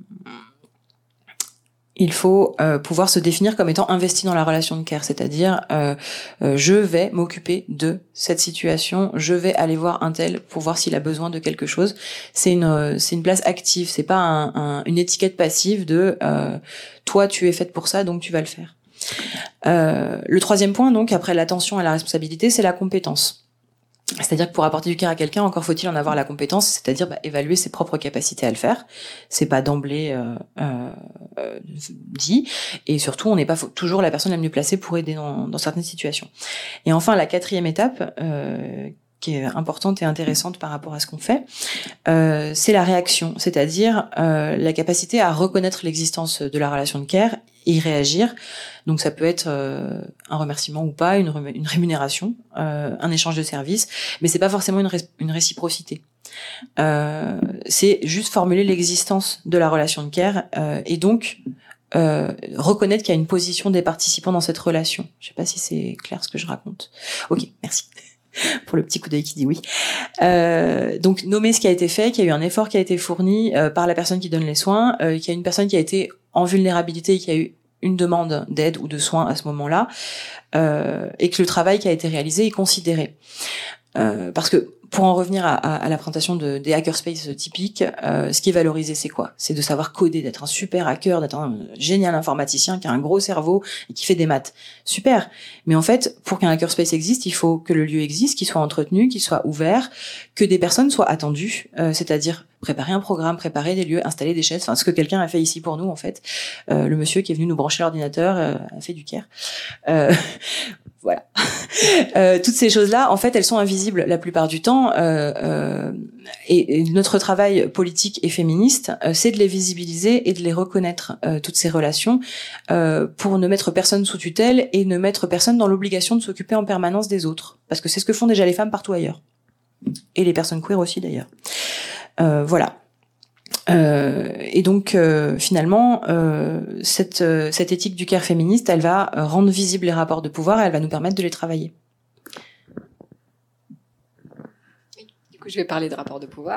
S3: il faut euh, pouvoir se définir comme étant investi dans la relation de care, c'est-à-dire euh, euh, je vais m'occuper de cette situation, je vais aller voir un tel pour voir s'il a besoin de quelque chose. C'est une euh, c'est une place active, c'est pas un, un, une étiquette passive de euh, toi tu es faite pour ça donc tu vas le faire. Euh, le troisième point donc après l'attention et la responsabilité, c'est la compétence. C'est-à-dire que pour apporter du care à quelqu'un, encore faut-il en avoir la compétence, c'est-à-dire bah, évaluer ses propres capacités à le faire. C'est pas d'emblée euh, euh, euh, dit, et surtout on n'est pas toujours la personne la mieux placée pour aider dans, dans certaines situations. Et enfin la quatrième étape, euh, qui est importante et intéressante par rapport à ce qu'on fait, euh, c'est la réaction, c'est-à-dire euh, la capacité à reconnaître l'existence de la relation de care, y réagir. Donc ça peut être euh, un remerciement ou pas, une, rem- une rémunération, euh, un échange de services, mais c'est pas forcément une, ré- une réciprocité. Euh, c'est juste formuler l'existence de la relation de care euh, et donc euh, reconnaître qu'il y a une position des participants dans cette relation. Je sais pas si c'est clair ce que je raconte. Ok, merci. Pour le petit coup d'œil qui dit oui. Euh, donc nommer ce qui a été fait, qu'il y a eu un effort qui a été fourni euh, par la personne qui donne les soins, euh, qu'il y a une personne qui a été en vulnérabilité, qu'il y a eu une demande d'aide ou de soins à ce moment-là, euh, et que le travail qui a été réalisé est considéré. Euh, parce que pour en revenir à, à, à la présentation de, des hackerspace typiques, euh, ce qui est valorisé, c'est quoi ? C'est de savoir coder, d'être un super hacker, d'être un génial informaticien qui a un gros cerveau et qui fait des maths. Super. Mais en fait, pour qu'un hackerspace existe, il faut que le lieu existe, qu'il soit entretenu, qu'il soit ouvert, que des personnes soient attendues, euh, c'est-à-dire préparer un programme, préparer des lieux, installer des chaises, enfin ce que quelqu'un a fait ici pour nous en fait. Euh, le monsieur qui est venu nous brancher l'ordinateur euh, a fait du care. Euh, Voilà. euh, toutes ces choses-là, en fait, elles sont invisibles la plupart du temps. Euh, euh, et, et notre travail politique et féministe, euh, c'est de les visibiliser et de les reconnaître, euh, toutes ces relations, euh, pour ne mettre personne sous tutelle et ne mettre personne dans l'obligation de s'occuper en permanence des autres. Parce que c'est ce que font déjà les femmes partout ailleurs. Et les personnes queer aussi, d'ailleurs. Euh, voilà. Euh, et donc euh, finalement euh, cette euh, cette éthique du care féministe, elle va euh, rendre visibles les rapports de pouvoir et elle va nous permettre de les travailler.
S4: Du coup, je vais parler de rapports de pouvoir.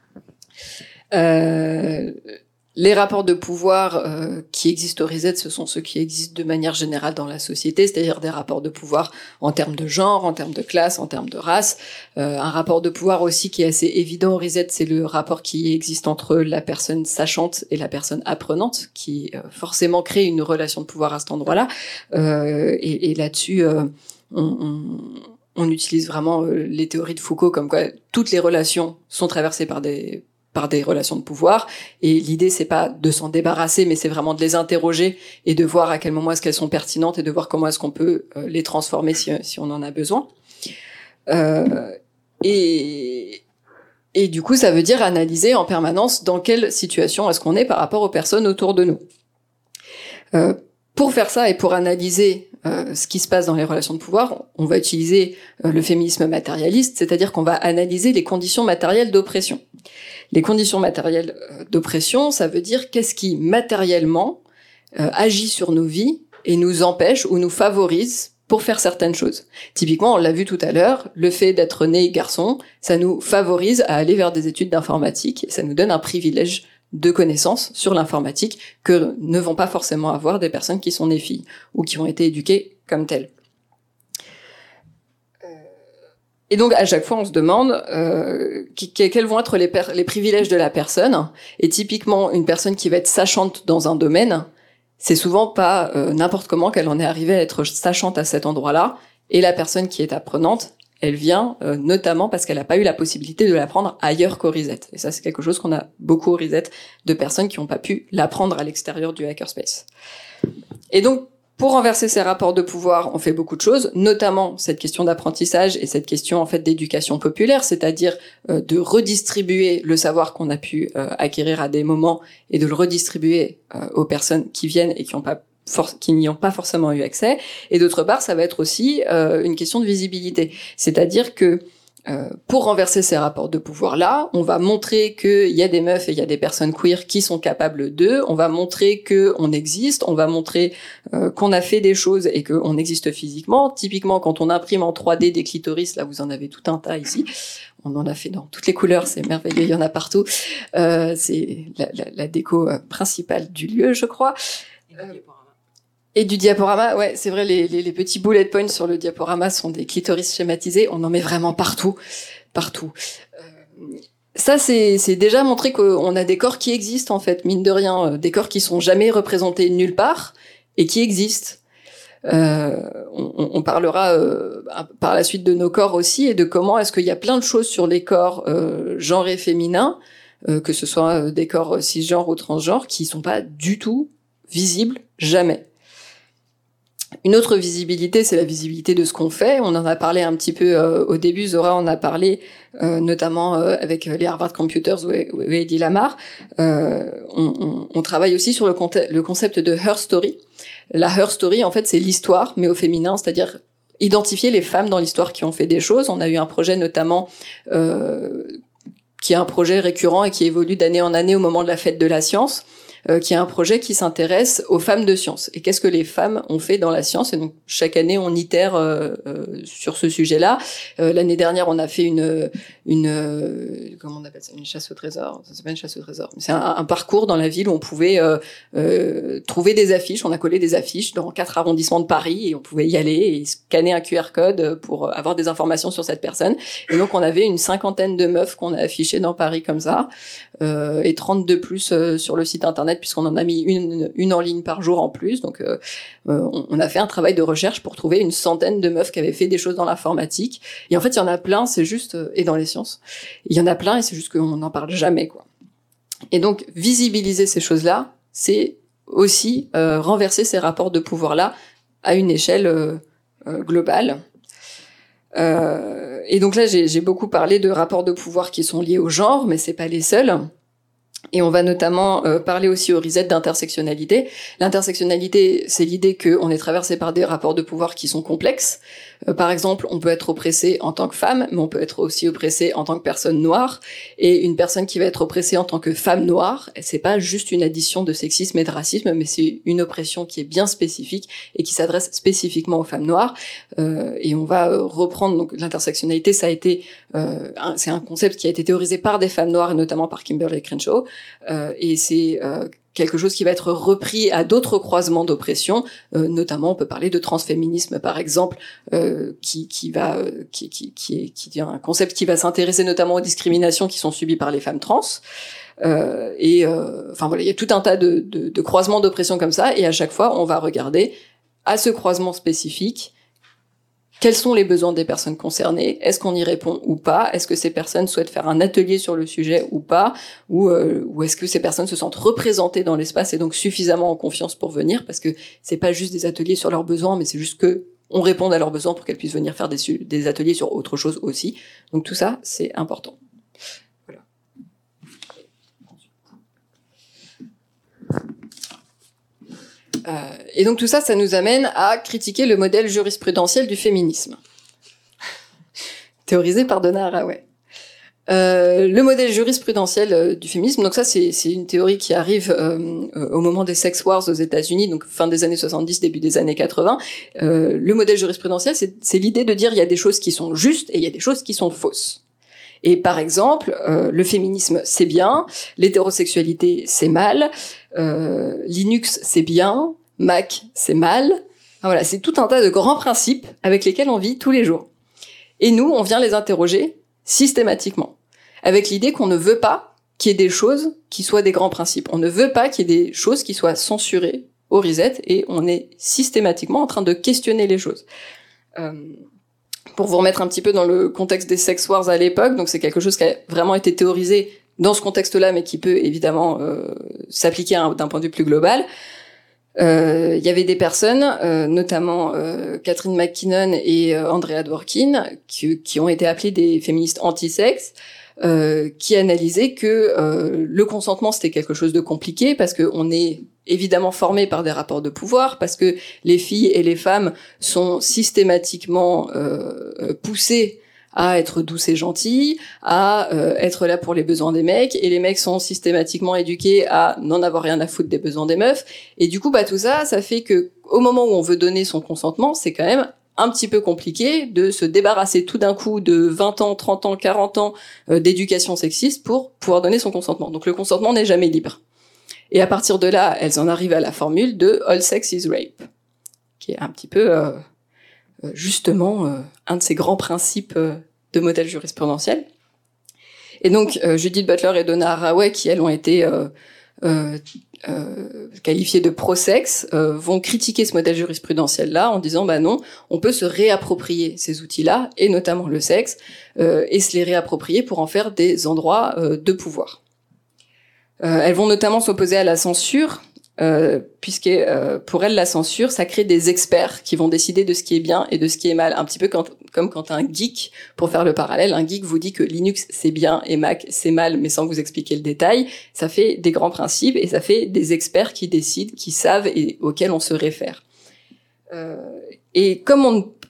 S4: Euh, les rapports de pouvoir euh, qui existent au RISET, ce sont ceux qui existent de manière générale dans la société, c'est-à-dire des rapports de pouvoir en termes de genre, en termes de classe, en termes de race. Euh, un rapport de pouvoir aussi qui est assez évident au RISET, c'est le rapport qui existe entre la personne sachante et la personne apprenante, qui euh, forcément crée une relation de pouvoir à cet endroit-là. Euh, et, et là-dessus, euh, on, on, on utilise vraiment euh, les théories de Foucault, comme quoi toutes les relations sont traversées par des par des relations de pouvoir, et l'idée c'est pas de s'en débarrasser, mais c'est vraiment de les interroger et de voir à quel moment est-ce qu'elles sont pertinentes et de voir comment est-ce qu'on peut euh, les transformer si, si on en a besoin. Euh, et, et du coup, ça veut dire analyser en permanence dans quelle situation est-ce qu'on est par rapport aux personnes autour de nous. Euh, pour faire ça et pour analyser euh, ce qui se passe dans les relations de pouvoir, on va utiliser euh, le féminisme matérialiste, c'est-à-dire qu'on va analyser les conditions matérielles d'oppression. Les conditions matérielles d'oppression, ça veut dire qu'est-ce qui matériellement euh, agit sur nos vies et nous empêche ou nous favorise pour faire certaines choses. Typiquement, on l'a vu tout à l'heure, le fait d'être né garçon, ça nous favorise à aller vers des études d'informatique et ça nous donne un privilège de connaissances sur l'informatique que ne vont pas forcément avoir des personnes qui sont nées filles ou qui ont été éduquées comme telles. Et donc, à chaque fois, on se demande euh, quels vont être les, per- les privilèges de la personne. Et typiquement, une personne qui va être sachante dans un domaine, c'est souvent pas euh, n'importe comment qu'elle en est arrivée à être sachante à cet endroit-là. Et la personne qui est apprenante, elle vient euh, notamment parce qu'elle n'a pas eu la possibilité de l'apprendre ailleurs qu'au RISET. Et ça, c'est quelque chose qu'on a beaucoup au RISET, de personnes qui n'ont pas pu l'apprendre à l'extérieur du hackerspace. Et donc, pour renverser ces rapports de pouvoir, on fait beaucoup de choses, notamment cette question d'apprentissage et cette question en fait d'éducation populaire, c'est-à-dire euh, de redistribuer le savoir qu'on a pu euh, acquérir à des moments et de le redistribuer euh, aux personnes qui viennent et qui ont pas For- qui n'y ont pas forcément eu accès. Et d'autre part, ça va être aussi euh, une question de visibilité. C'est-à-dire que euh, pour renverser ces rapports de pouvoir-là, on va montrer qu'il y a des meufs et il y a des personnes queer qui sont capables d'eux, on va montrer qu'on existe, on va montrer euh, qu'on a fait des choses et qu'on existe physiquement. Typiquement, quand on imprime en trois D des clitoris, là vous en avez tout un tas ici, on en a fait dans toutes les couleurs, c'est merveilleux, il y en a partout. Euh, c'est la, la, la déco principale du lieu, je crois. Euh, Et du diaporama, ouais, c'est vrai, les, les, les petits bullet points sur le diaporama sont des clitoris schématisés. On en met vraiment partout, partout. Euh, ça, c'est, c'est déjà montrer qu'on a des corps qui existent, en fait, mine de rien. Des corps qui sont jamais représentés nulle part et qui existent. Euh, on, on parlera euh, par la suite de nos corps aussi et de comment est-ce qu'il y a plein de choses sur les corps euh, genrés féminins, euh, que ce soit des corps cisgenres ou transgenres, qui sont pas du tout visibles, jamais. Une autre visibilité, c'est la visibilité de ce qu'on fait. On en a parlé un petit peu euh, au début, Zora en a parlé, euh, notamment euh, avec les Harvard Computers ou, ou Eddie Lamar. Euh, on, on, on travaille aussi sur le, conte- le concept de Her Story. La Her Story, en fait, c'est l'histoire, mais au féminin, c'est-à-dire identifier les femmes dans l'histoire qui ont fait des choses. On a eu un projet notamment euh, qui est un projet récurrent et qui évolue d'année en année au moment de la fête de la science, euh, qui est un projet qui s'intéresse aux femmes de science. Et qu'est-ce que les femmes ont fait dans la science? Et donc, chaque année, on itère euh, euh, sur ce sujet-là. Euh, l'année dernière, on a fait une, une euh, comment on appelle ça, une chasse au trésor. Ça s'appelle une chasse au trésor. C'est un, un parcours dans la ville où on pouvait euh, euh, trouver des affiches. On a collé des affiches dans quatre arrondissements de Paris et on pouvait y aller et scanner un Q R code pour avoir des informations sur cette personne. Et donc, on avait une cinquantaine de meufs qu'on a affichées dans Paris comme ça, euh, et trente de plus euh, sur le site internet puisqu'on en a mis une, une en ligne par jour en plus. Donc, euh, on, on a fait un travail de recherche pour trouver une centaine de meufs qui avaient fait des choses dans l'informatique. Et en fait, il y en a plein, c'est juste, et dans les sciences, il y en a plein et c'est juste qu'on n'en parle jamais, quoi. Et donc, visibiliser ces choses-là, c'est aussi euh, renverser ces rapports de pouvoir-là à une échelle euh, euh, globale. Euh, et donc là, j'ai, j'ai beaucoup parlé de rapports de pouvoir qui sont liés au genre, mais c'est pas les seuls. Et on va notamment euh, parler aussi au reset d'intersectionnalité. L'intersectionnalité, c'est l'idée qu'on est traversé par des rapports de pouvoir qui sont complexes. Euh, par exemple, on peut être oppressé en tant que femme, mais on peut être aussi oppressé en tant que personne noire. Et une personne qui va être oppressée en tant que femme noire, c'est pas juste une addition de sexisme et de racisme, mais c'est une oppression qui est bien spécifique et qui s'adresse spécifiquement aux femmes noires. Euh, et on va euh, reprendre donc l'intersectionnalité. Ça a été, euh, un, c'est un concept qui a été théorisé par des femmes noires et notamment par Kimberlé Crenshaw. Euh, et c'est euh, quelque chose qui va être repris à d'autres croisements d'oppression, euh, notamment on peut parler de transféminisme par exemple, euh, qui qui va euh, qui qui qui est qui est un concept qui va s'intéresser notamment aux discriminations qui sont subies par les femmes trans. Euh, et euh, enfin voilà, il y a tout un tas de, de de croisements d'oppression comme ça, et à chaque fois on va regarder à ce croisement spécifique quels sont les besoins des personnes concernées, est-ce qu'on y répond ou pas, est-ce que ces personnes souhaitent faire un atelier sur le sujet ou pas, ou, euh, ou est-ce que ces personnes se sentent représentées dans l'espace et donc suffisamment en confiance pour venir, parce que c'est pas juste des ateliers sur leurs besoins, mais c'est juste que on réponde à leurs besoins pour qu'elles puissent venir faire des, su- des ateliers sur autre chose aussi. Donc tout ça, c'est important. Voilà. Euh, et donc tout ça, ça nous amène à critiquer le modèle jurisprudentiel du féminisme, théorisé par Donna Haraway. Euh, le modèle jurisprudentiel euh, du féminisme, donc ça c'est, c'est une théorie qui arrive euh, euh, au moment des sex wars aux États-Unis, donc fin des années soixante-dix, début des années quatre-vingts. Euh, le modèle jurisprudentiel, c'est, c'est l'idée de dire il y a des choses qui sont justes et il y a des choses qui sont fausses. Et par exemple, euh, le féminisme c'est bien, l'hétérosexualité c'est mal, euh, Linux c'est bien, Mac c'est mal. Enfin, voilà, c'est tout un tas de grands principes avec lesquels on vit tous les jours. Et nous, on vient les interroger systématiquement, avec l'idée qu'on ne veut pas qu'il y ait des choses qui soient des grands principes. On ne veut pas qu'il y ait des choses qui soient censurées au reset, et on est systématiquement en train de questionner les choses. Euh, pour vous remettre un petit peu dans le contexte des sex wars à l'époque, donc c'est quelque chose qui a vraiment été théorisé dans ce contexte-là, mais qui peut évidemment euh, s'appliquer à un, d'un point de vue plus global. Il euh, y avait des personnes, euh, notamment euh, Catherine McKinnon et euh, Andrea Dworkin, qui, qui ont été appelées des féministes anti-sexe, euh, qui analysaient que euh, le consentement c'était quelque chose de compliqué parce que on est évidemment formé par des rapports de pouvoir, parce que les filles et les femmes sont systématiquement euh, poussées à être douces et gentilles, à euh, être là pour les besoins des mecs, et les mecs sont systématiquement éduqués à n'en avoir rien à foutre des besoins des meufs. Et du coup, bah tout ça, ça fait que au moment où on veut donner son consentement, c'est quand même un petit peu compliqué de se débarrasser tout d'un coup de vingt ans, trente ans, quarante ans euh, d'éducation sexiste pour pouvoir donner son consentement. Donc le consentement n'est jamais libre. Et à partir de là, elles en arrivent à la formule de all sex is rape, qui est un petit peu euh, justement euh, un de ces grands principes euh, de modèle jurisprudentiel. Et donc euh, Judith Butler et Donna Haraway, qui elles ont été euh, euh, euh, qualifiées de pro-sexe, euh, vont critiquer ce modèle jurisprudentiel-là en disant bah non, on peut se réapproprier ces outils-là, et notamment le sexe, euh, et se les réapproprier pour en faire des endroits euh, de pouvoir. Euh, elles vont notamment s'opposer à la censure, euh, puisque euh, pour elles, la censure, ça crée des experts qui vont décider de ce qui est bien et de ce qui est mal. Un petit peu quand, comme quand un geek, pour faire le parallèle, un geek vous dit que Linux c'est bien et Mac c'est mal, mais sans vous expliquer le détail. Ça fait des grands principes et ça fait des experts qui décident, qui savent et auxquels on se réfère. Euh, et comme on,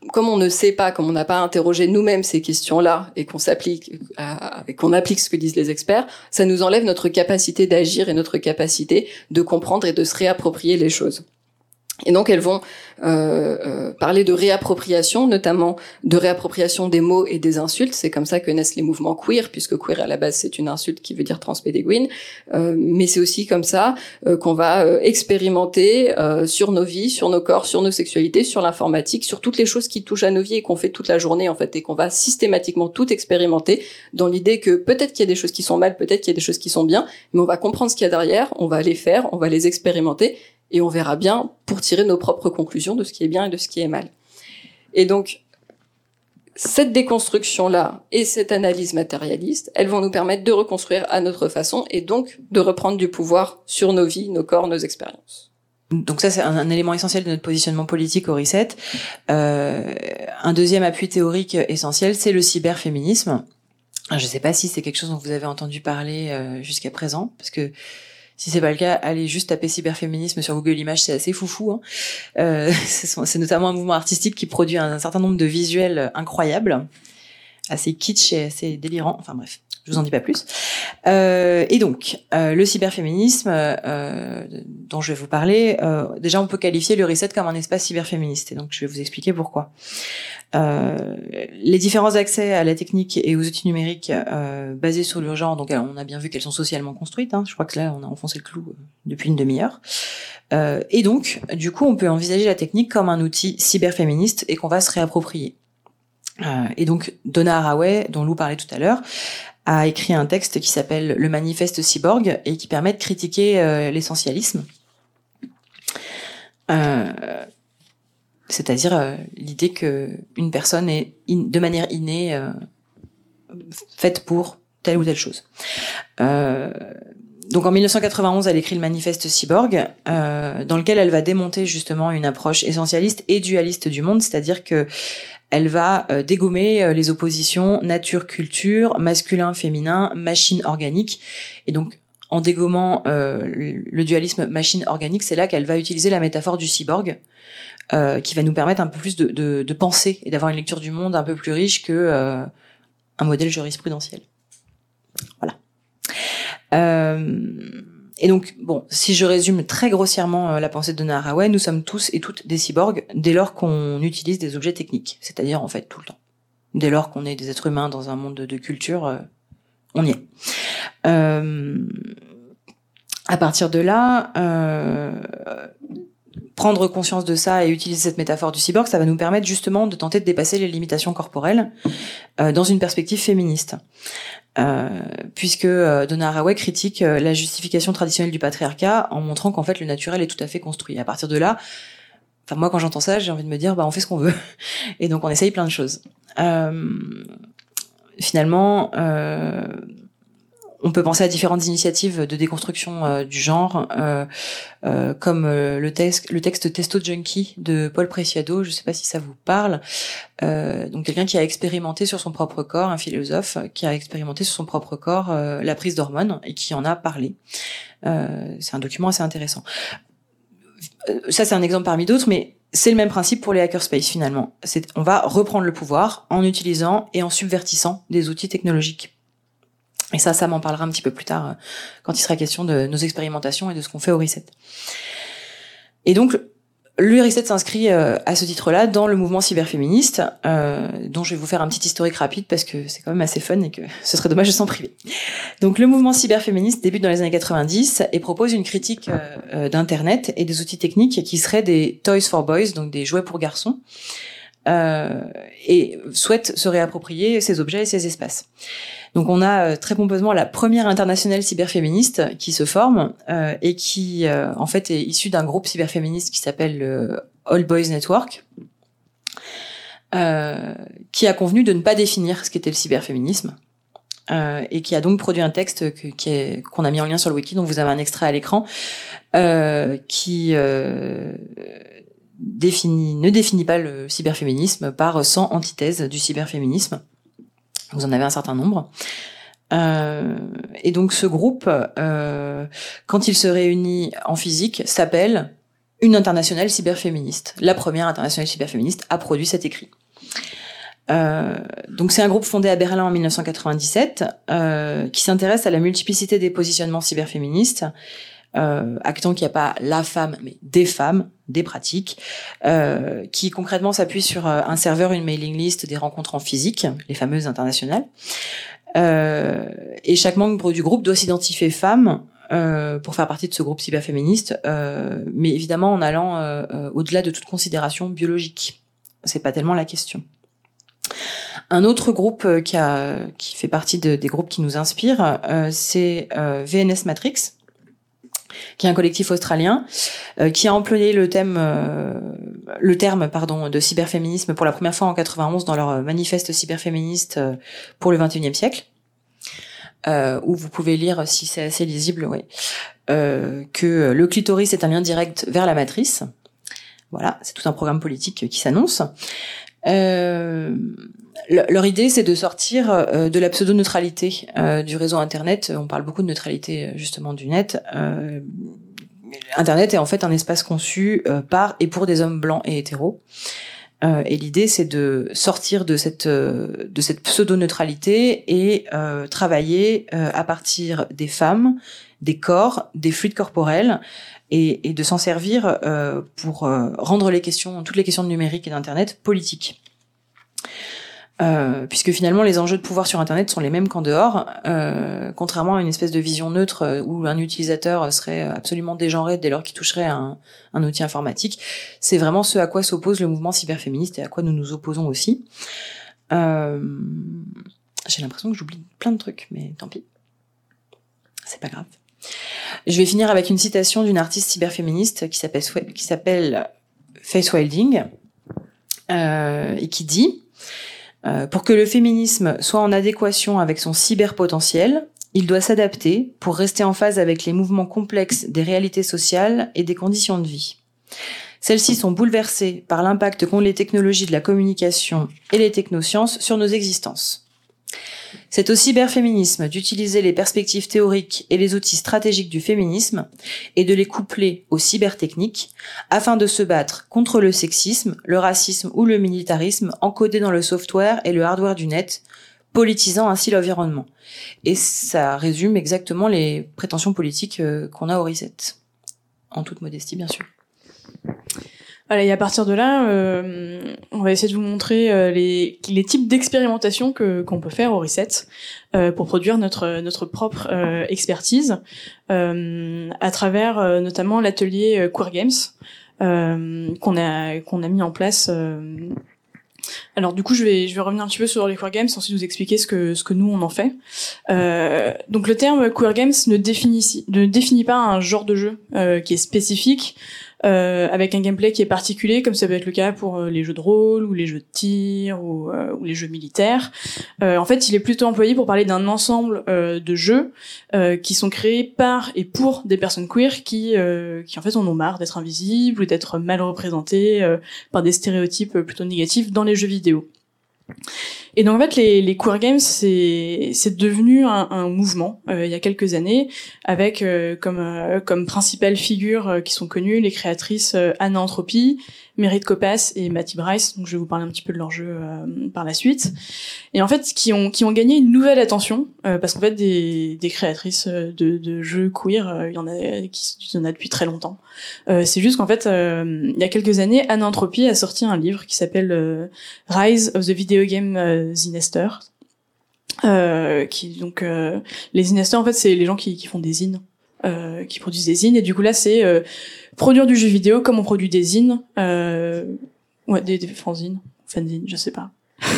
S4: comme on ne sait pas, comme on n'a pas interrogé nous-mêmes ces questions-là et qu'on s'applique, à, et qu'on applique ce que disent les experts, ça nous enlève notre capacité d'agir et notre capacité de comprendre et de se réapproprier les choses. Et donc elles vont euh, euh, parler de réappropriation, notamment de réappropriation des mots et des insultes. C'est comme ça que naissent les mouvements queer, puisque queer à la base c'est une insulte qui veut dire transpédéguine. Euh, mais c'est aussi comme ça euh, qu'on va euh, expérimenter euh, sur nos vies, sur nos corps, sur nos sexualités, sur l'informatique, sur toutes les choses qui touchent à nos vies et qu'on fait toute la journée en fait, et qu'on va systématiquement tout expérimenter dans l'idée que peut-être qu'il y a des choses qui sont mal, peut-être qu'il y a des choses qui sont bien, mais on va comprendre ce qu'il y a derrière, on va les faire, on va les expérimenter. Et on verra bien pour tirer nos propres conclusions de ce qui est bien et de ce qui est mal. Et donc, cette déconstruction-là et cette analyse matérialiste, elles vont nous permettre de reconstruire à notre façon et donc de reprendre du pouvoir sur nos vies, nos corps, nos expériences.
S3: Donc ça, c'est un, un élément essentiel de notre positionnement politique au Reset. Euh, un deuxième appui théorique essentiel, c'est le cyberféminisme. Je ne sais pas si c'est quelque chose dont vous avez entendu parler euh, jusqu'à présent, parce que si c'est pas le cas, allez juste taper cyberféminisme sur Google Images, c'est assez foufou. Hein. Euh, c'est notamment un mouvement artistique qui produit un, un certain nombre de visuels incroyables, assez kitsch et assez délirants. Enfin bref, je vous en dis pas plus. Euh, et donc, euh, le cyberféminisme euh, dont je vais vous parler, euh, déjà on peut qualifier le Reset comme un espace cyberféministe. Et donc je vais vous expliquer pourquoi. Euh, les différents accès à la technique et aux outils numériques euh, basés sur le genre, donc on a bien vu qu'elles sont socialement construites, hein, je crois que là on a enfoncé le clou euh, depuis une demi-heure, euh, et donc du coup on peut envisager la technique comme un outil cyberféministe et qu'on va se réapproprier. Euh, et donc Donna Haraway, dont Lou parlait tout à l'heure, a écrit un texte qui s'appelle Le Manifeste Cyborg et qui permet de critiquer euh, l'essentialisme. Euh, C'est-à-dire euh, l'idée que une personne est in, de manière innée euh, faite pour telle ou telle chose. Euh, donc en mille neuf cent quatre-vingt-onze, elle écrit le Manifeste Cyborg, euh, dans lequel elle va démonter justement une approche essentialiste et dualiste du monde, c'est-à-dire que elle va euh, dégommer euh, les oppositions nature-culture, masculin-féminin, machine-organique, et donc en dégommant euh, le dualisme machine-organique, c'est là qu'elle va utiliser la métaphore du cyborg, Euh, qui va nous permettre un peu plus de, de, de penser et d'avoir une lecture du monde un peu plus riche que euh, un modèle jurisprudentiel. Voilà. Euh, et donc, bon, si je résume très grossièrement euh, la pensée de Donna Haraway, nous sommes tous et toutes des cyborgs dès lors qu'on utilise des objets techniques, c'est-à-dire en fait tout le temps. Dès lors qu'on est des êtres humains dans un monde de, de culture, euh, on y est. Euh, à partir de là, euh, prendre conscience de ça et utiliser cette métaphore du cyborg, ça va nous permettre justement de tenter de dépasser les limitations corporelles euh, dans une perspective féministe. Euh, puisque euh, Donna Haraway critique euh, la justification traditionnelle du patriarcat en montrant qu'en fait le naturel est tout à fait construit. À partir de là, enfin moi quand j'entends ça, j'ai envie de me dire bah on fait ce qu'on veut et donc on essaye plein de choses. Euh, finalement, euh, on peut penser à différentes initiatives de déconstruction euh, du genre, euh, euh, comme euh, le, texte, le texte Testo Junkie de Paul Preciado, je ne sais pas si ça vous parle. Euh, donc quelqu'un qui a expérimenté sur son propre corps, un philosophe qui a expérimenté sur son propre corps euh, la prise d'hormones et qui en a parlé. Euh, c'est un document assez intéressant. Ça, c'est un exemple parmi d'autres, mais c'est le même principe pour les hackerspaces finalement. C'est, on va reprendre le pouvoir en utilisant et en subvertissant des outils technologiques. Et ça, ça m'en parlera un petit peu plus tard, quand il sera question de nos expérimentations et de ce qu'on fait au Reset. Et donc, le Reset s'inscrit euh, à ce titre-là dans le mouvement cyberféministe, euh, dont je vais vous faire un petit historique rapide parce que c'est quand même assez fun et que ce serait dommage de s'en priver. Donc, le mouvement cyberféministe débute dans les années quatre-vingt-dix et propose une critique euh, d'Internet et des outils techniques qui seraient des toys for boys, donc des jouets pour garçons, euh, et souhaite se réapproprier ces objets et ces espaces. Donc on a euh, très pompeusement la première internationale cyberféministe qui se forme euh, et qui euh, en fait est issue d'un groupe cyberféministe qui s'appelle le All Boys Network, euh, qui a convenu de ne pas définir ce qu'était le cyberféminisme euh, et qui a donc produit un texte que, qui est, qu'on a mis en lien sur le wiki, dont vous avez un extrait à l'écran, euh, qui euh, définit, ne définit pas le cyberféminisme par cent antithèses du cyberféminisme. Vous en avez un certain nombre. Euh, et donc ce groupe, euh, quand il se réunit en physique, s'appelle une internationale cyberféministe. La première internationale cyberféministe a produit cet écrit. Euh, donc c'est un groupe fondé à Berlin en mille neuf cent quatre-vingt-dix-sept euh, qui s'intéresse à la multiplicité des positionnements cyberféministes, euh, actant qu'il n'y a pas la femme, mais des femmes, des pratiques, euh, qui concrètement s'appuient sur un serveur, une mailing list, des rencontres en physique, les fameuses internationales. Euh, et chaque membre du groupe doit s'identifier femme euh, pour faire partie de ce groupe cyberféministe, euh, mais évidemment en allant euh, euh, au-delà de toute considération biologique. C'est pas tellement la question. Un autre groupe euh, qui, a, qui fait partie de, des groupes qui nous inspirent, euh, c'est euh, V N S Matrix, qui est un collectif australien euh, qui a employé le thème, euh, le terme pardon, de cyberféminisme pour la première fois en quatre-vingt-onze dans leur manifeste cyberféministe euh, pour le vingt et unième siècle, euh, où vous pouvez lire, si c'est assez lisible, oui, euh, que le clitoris est un lien direct vers la matrice. Voilà, c'est tout un programme politique qui s'annonce. Euh, leur idée, c'est de sortir euh, de la pseudo-neutralité euh, du réseau Internet. On parle beaucoup de neutralité justement du net. Euh, Internet est en fait un espace conçu euh, par et pour des hommes blancs et hétéros. Euh, et l'idée, c'est de sortir de cette euh, de cette pseudo-neutralité et euh, travailler euh, à partir des femmes, des corps, des fluides corporels. Et, et de s'en servir euh, pour euh, rendre les questions, toutes les questions de numérique et d'internet politiques. Euh, puisque finalement les enjeux de pouvoir sur internet sont les mêmes qu'en dehors, euh, contrairement à une espèce de vision neutre euh, où un utilisateur serait absolument dégenré dès lors qu'il toucherait à un, un outil informatique. C'est vraiment ce à quoi s'oppose le mouvement cyberféministe et à quoi nous nous opposons aussi. Euh, j'ai l'impression que j'oublie plein de trucs, mais tant pis. C'est pas grave. Je vais finir avec une citation d'une artiste cyberféministe qui s'appelle, qui s'appelle Faith Wilding, euh, et qui dit euh, « Pour que le féminisme soit en adéquation avec son cyberpotentiel, il doit s'adapter pour rester en phase avec les mouvements complexes des réalités sociales et des conditions de vie. Celles-ci sont bouleversées par l'impact qu'ont les technologies de la communication et les technosciences sur nos existences. C'est au cyberféminisme d'utiliser les perspectives théoriques et les outils stratégiques du féminisme et de les coupler aux cybertechniques afin de se battre contre le sexisme, le racisme ou le militarisme encodés dans le software et le hardware du net, politisant ainsi l'environnement. » Et ça résume exactement les prétentions politiques qu'on a au Reset. En toute modestie, bien sûr.
S5: Voilà, et à partir de là, euh, on va essayer de vous montrer euh, les, les types d'expérimentation que qu'on peut faire au Reset euh, pour produire notre notre propre euh, expertise euh, à travers euh, notamment l'atelier euh, Queer Games euh, qu'on a qu'on a mis en place. Euh. Alors du coup, je vais je vais revenir un petit peu sur les Queer Games, ensuite vous expliquer ce que ce que nous on en fait. Euh, donc le terme Queer Games ne définit ne définit pas un genre de jeu euh, qui est spécifique. Euh, avec un gameplay qui est particulier, comme ça peut être le cas pour euh, les jeux de rôle ou les jeux de tir ou, euh, ou les jeux militaires. Euh, en fait, il est plutôt employé pour parler d'un ensemble euh, de jeux euh, qui sont créés par et pour des personnes queer qui, euh, qui en fait en ont marre d'être invisibles ou d'être mal représentées euh, par des stéréotypes plutôt négatifs dans les jeux vidéo. Et donc en fait les, les queer games c'est c'est devenu un, un mouvement euh, il y a quelques années avec euh, comme euh, comme principales figures euh, qui sont connues les créatrices euh, Anna Entropy, Merit Kopas et Matty Bryce. Donc je vais vous parler un petit peu de leur jeu euh, par la suite. Et en fait qui ont qui ont gagné une nouvelle attention euh, parce qu'en fait des des créatrices de de jeux queer euh, il y en a qui il y en a depuis très longtemps. Euh, c'est juste qu'en fait euh, il y a quelques années Anna Entropy a sorti un livre qui s'appelle euh, Rise of the Video Game euh, Zinester, euh, qui donc euh, les zinesters en fait c'est les gens qui, qui font des zines, euh, qui produisent des zines et du coup là c'est euh, produire du jeu vidéo comme on produit des zines, euh, ouais des, des fanzines, fanzines, je sais pas,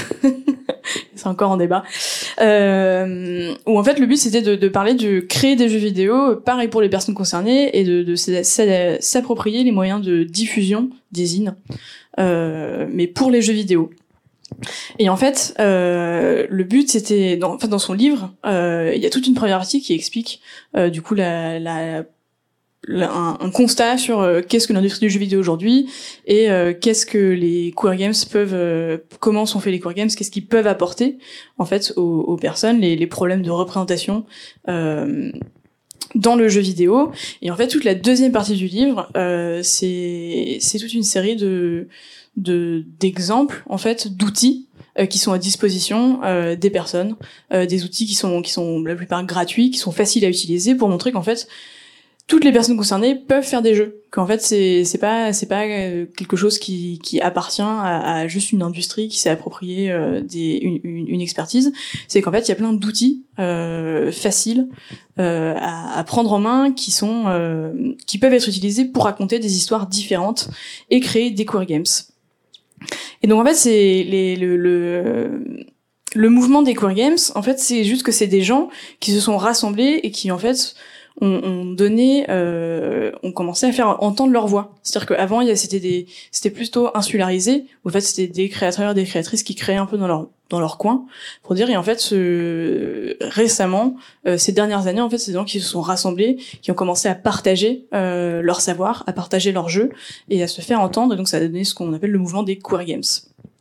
S5: c'est encore en débat. Euh, où en fait le but c'était de, de parler de créer des jeux vidéo par et pour les personnes concernées et de, de s'approprier les moyens de diffusion des zines, euh, mais pour les jeux vidéo. Et en fait, euh, le but c'était, dans, enfin dans son livre, euh, il y a toute une première partie qui explique euh, du coup la, la, la un, un constat sur euh, qu'est-ce que l'industrie du jeu vidéo aujourd'hui et euh, qu'est-ce que les queer games peuvent, euh, comment sont faits les queer games, qu'est-ce qu'ils peuvent apporter en fait aux, aux personnes, les, les problèmes de représentation. Euh, dans le jeu vidéo. Et en fait, toute la deuxième partie du livre, euh, c'est c'est toute une série de de d'exemples en fait d'outils euh, qui sont à disposition euh, des personnes, euh, des outils qui sont qui sont la plupart gratuits, qui sont faciles à utiliser pour montrer qu'en fait toutes les personnes concernées peuvent faire des jeux. Qu'en fait c'est c'est pas c'est pas quelque chose qui qui appartient à, à juste une industrie qui s'est approprié euh, des une, une une expertise. C'est qu'en fait il y a plein d'outils euh, faciles euh, à, à prendre en main qui sont euh, qui peuvent être utilisés pour raconter des histoires différentes et créer des queer games. Et donc en fait c'est les le le le mouvement des queer games en fait c'est juste que c'est des gens qui se sont rassemblés et qui en fait on, on donnait, euh, on commençait à faire entendre leur voix. C'est-à-dire qu'avant, il y a, c'était des, c'était plutôt insularisé. Où en fait, c'était des créateurs, des créatrices qui créaient un peu dans leur dans leur coin pour dire. Et en fait, ce, récemment, euh, ces dernières années, en fait, c'est des gens qui se sont rassemblés, qui ont commencé à partager euh, leur savoir, à partager leur jeu et à se faire entendre. Et donc, ça a donné ce qu'on appelle le mouvement des queer games.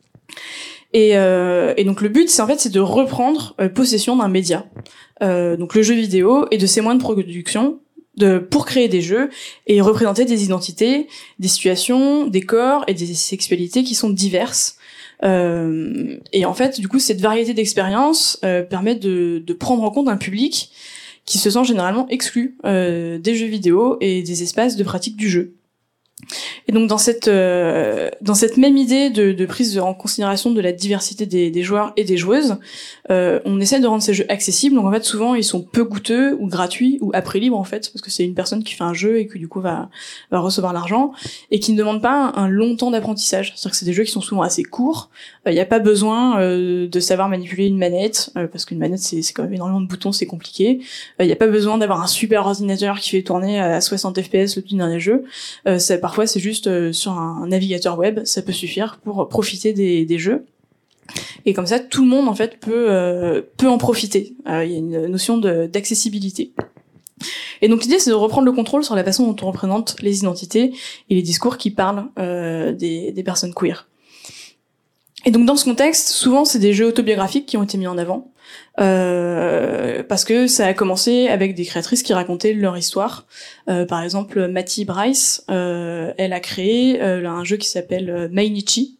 S5: Et, euh, et donc le but, c'est en fait, c'est de reprendre euh, possession d'un média, euh, donc le jeu vidéo et de ses moyens de production, de pour créer des jeux et représenter des identités, des situations, des corps et des sexualités qui sont diverses. Euh, et en fait, du coup, cette variété d'expériences euh, permet de, de prendre en compte un public qui se sent généralement exclu euh, des jeux vidéo et des espaces de pratique du jeu. Et donc dans cette euh, dans cette même idée de, de prise en considération de la diversité des, des joueurs et des joueuses, euh, on essaie de rendre ces jeux accessibles. Donc en fait souvent ils sont peu coûteux ou gratuits ou à prix libre en fait, parce que c'est une personne qui fait un jeu et qui du coup va va recevoir l'argent et qui ne demande pas un, un long temps d'apprentissage. C'est-à-dire que c'est des jeux qui sont souvent assez courts. Il euh, n'y a pas besoin euh, de savoir manipuler une manette euh, parce qu'une manette c'est c'est quand même énormément de boutons, c'est compliqué. Il euh, n'y a pas besoin d'avoir un super ordinateur qui fait tourner à soixante F P S le tout dernier jeu. Euh, c'est parfois c'est juste euh, sur un, un navigateur web, ça peut suffire pour profiter des, des jeux. Et comme ça, tout le monde en fait peut euh, peut en profiter. Euh, il y a une notion de, d'accessibilité. Et donc l'idée, c'est de reprendre le contrôle sur la façon dont on représente les identités et les discours qui parlent euh, des, des personnes queer. Et donc dans ce contexte, souvent c'est des jeux autobiographiques qui ont été mis en avant. Euh, parce que ça a commencé avec des créatrices qui racontaient leur histoire. Euh, par exemple, Matty Bryce, euh, elle a créé euh, un jeu qui s'appelle Mainichi,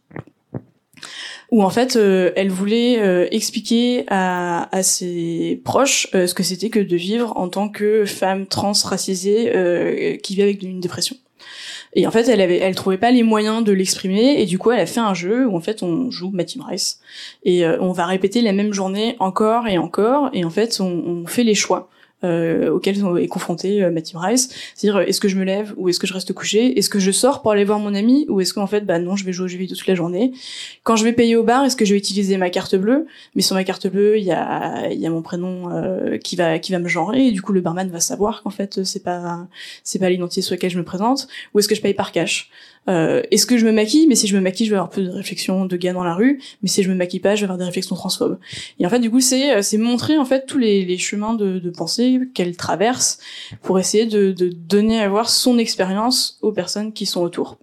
S5: où en fait, euh, elle voulait euh, expliquer à, à ses proches euh, ce que c'était que de vivre en tant que femme trans racisée euh, qui vit avec une dépression. Et en fait, elle avait, elle trouvait pas les moyens de l'exprimer, et du coup, elle a fait un jeu où en fait, on joue Matty Bryce, et euh, on va répéter la même journée encore et encore, et en fait, on, on fait les choix euh, auxquels est confronté euh, Matty Bryce. C'est-à-dire, est-ce que je me lève ou est-ce que je reste couché? Est-ce que je sors pour aller voir mon ami ou est-ce qu'en fait, bah non, je vais jouer aux jeux vidéo toute la journée? Quand je vais payer au bar, est-ce que je vais utiliser ma carte bleue? Mais sur ma carte bleue, il y a, il y a mon prénom euh, qui va, qui va me genrer, et du coup, le barman va savoir qu'en fait, c'est pas, c'est pas l'identité sur laquelle je me présente. Ou est-ce que je paye par cash? Euh, est-ce que je me maquille? Mais si je me maquille, je vais avoir peu de réflexions de gars dans la rue. Mais si je me maquille pas, je vais avoir des réflexions transphobes. Et en fait, du coup, c'est c'est montrer en fait tous les, les chemins de, de pensée qu'elle traverse pour essayer de, de donner à voir son expérience aux personnes qui sont autour.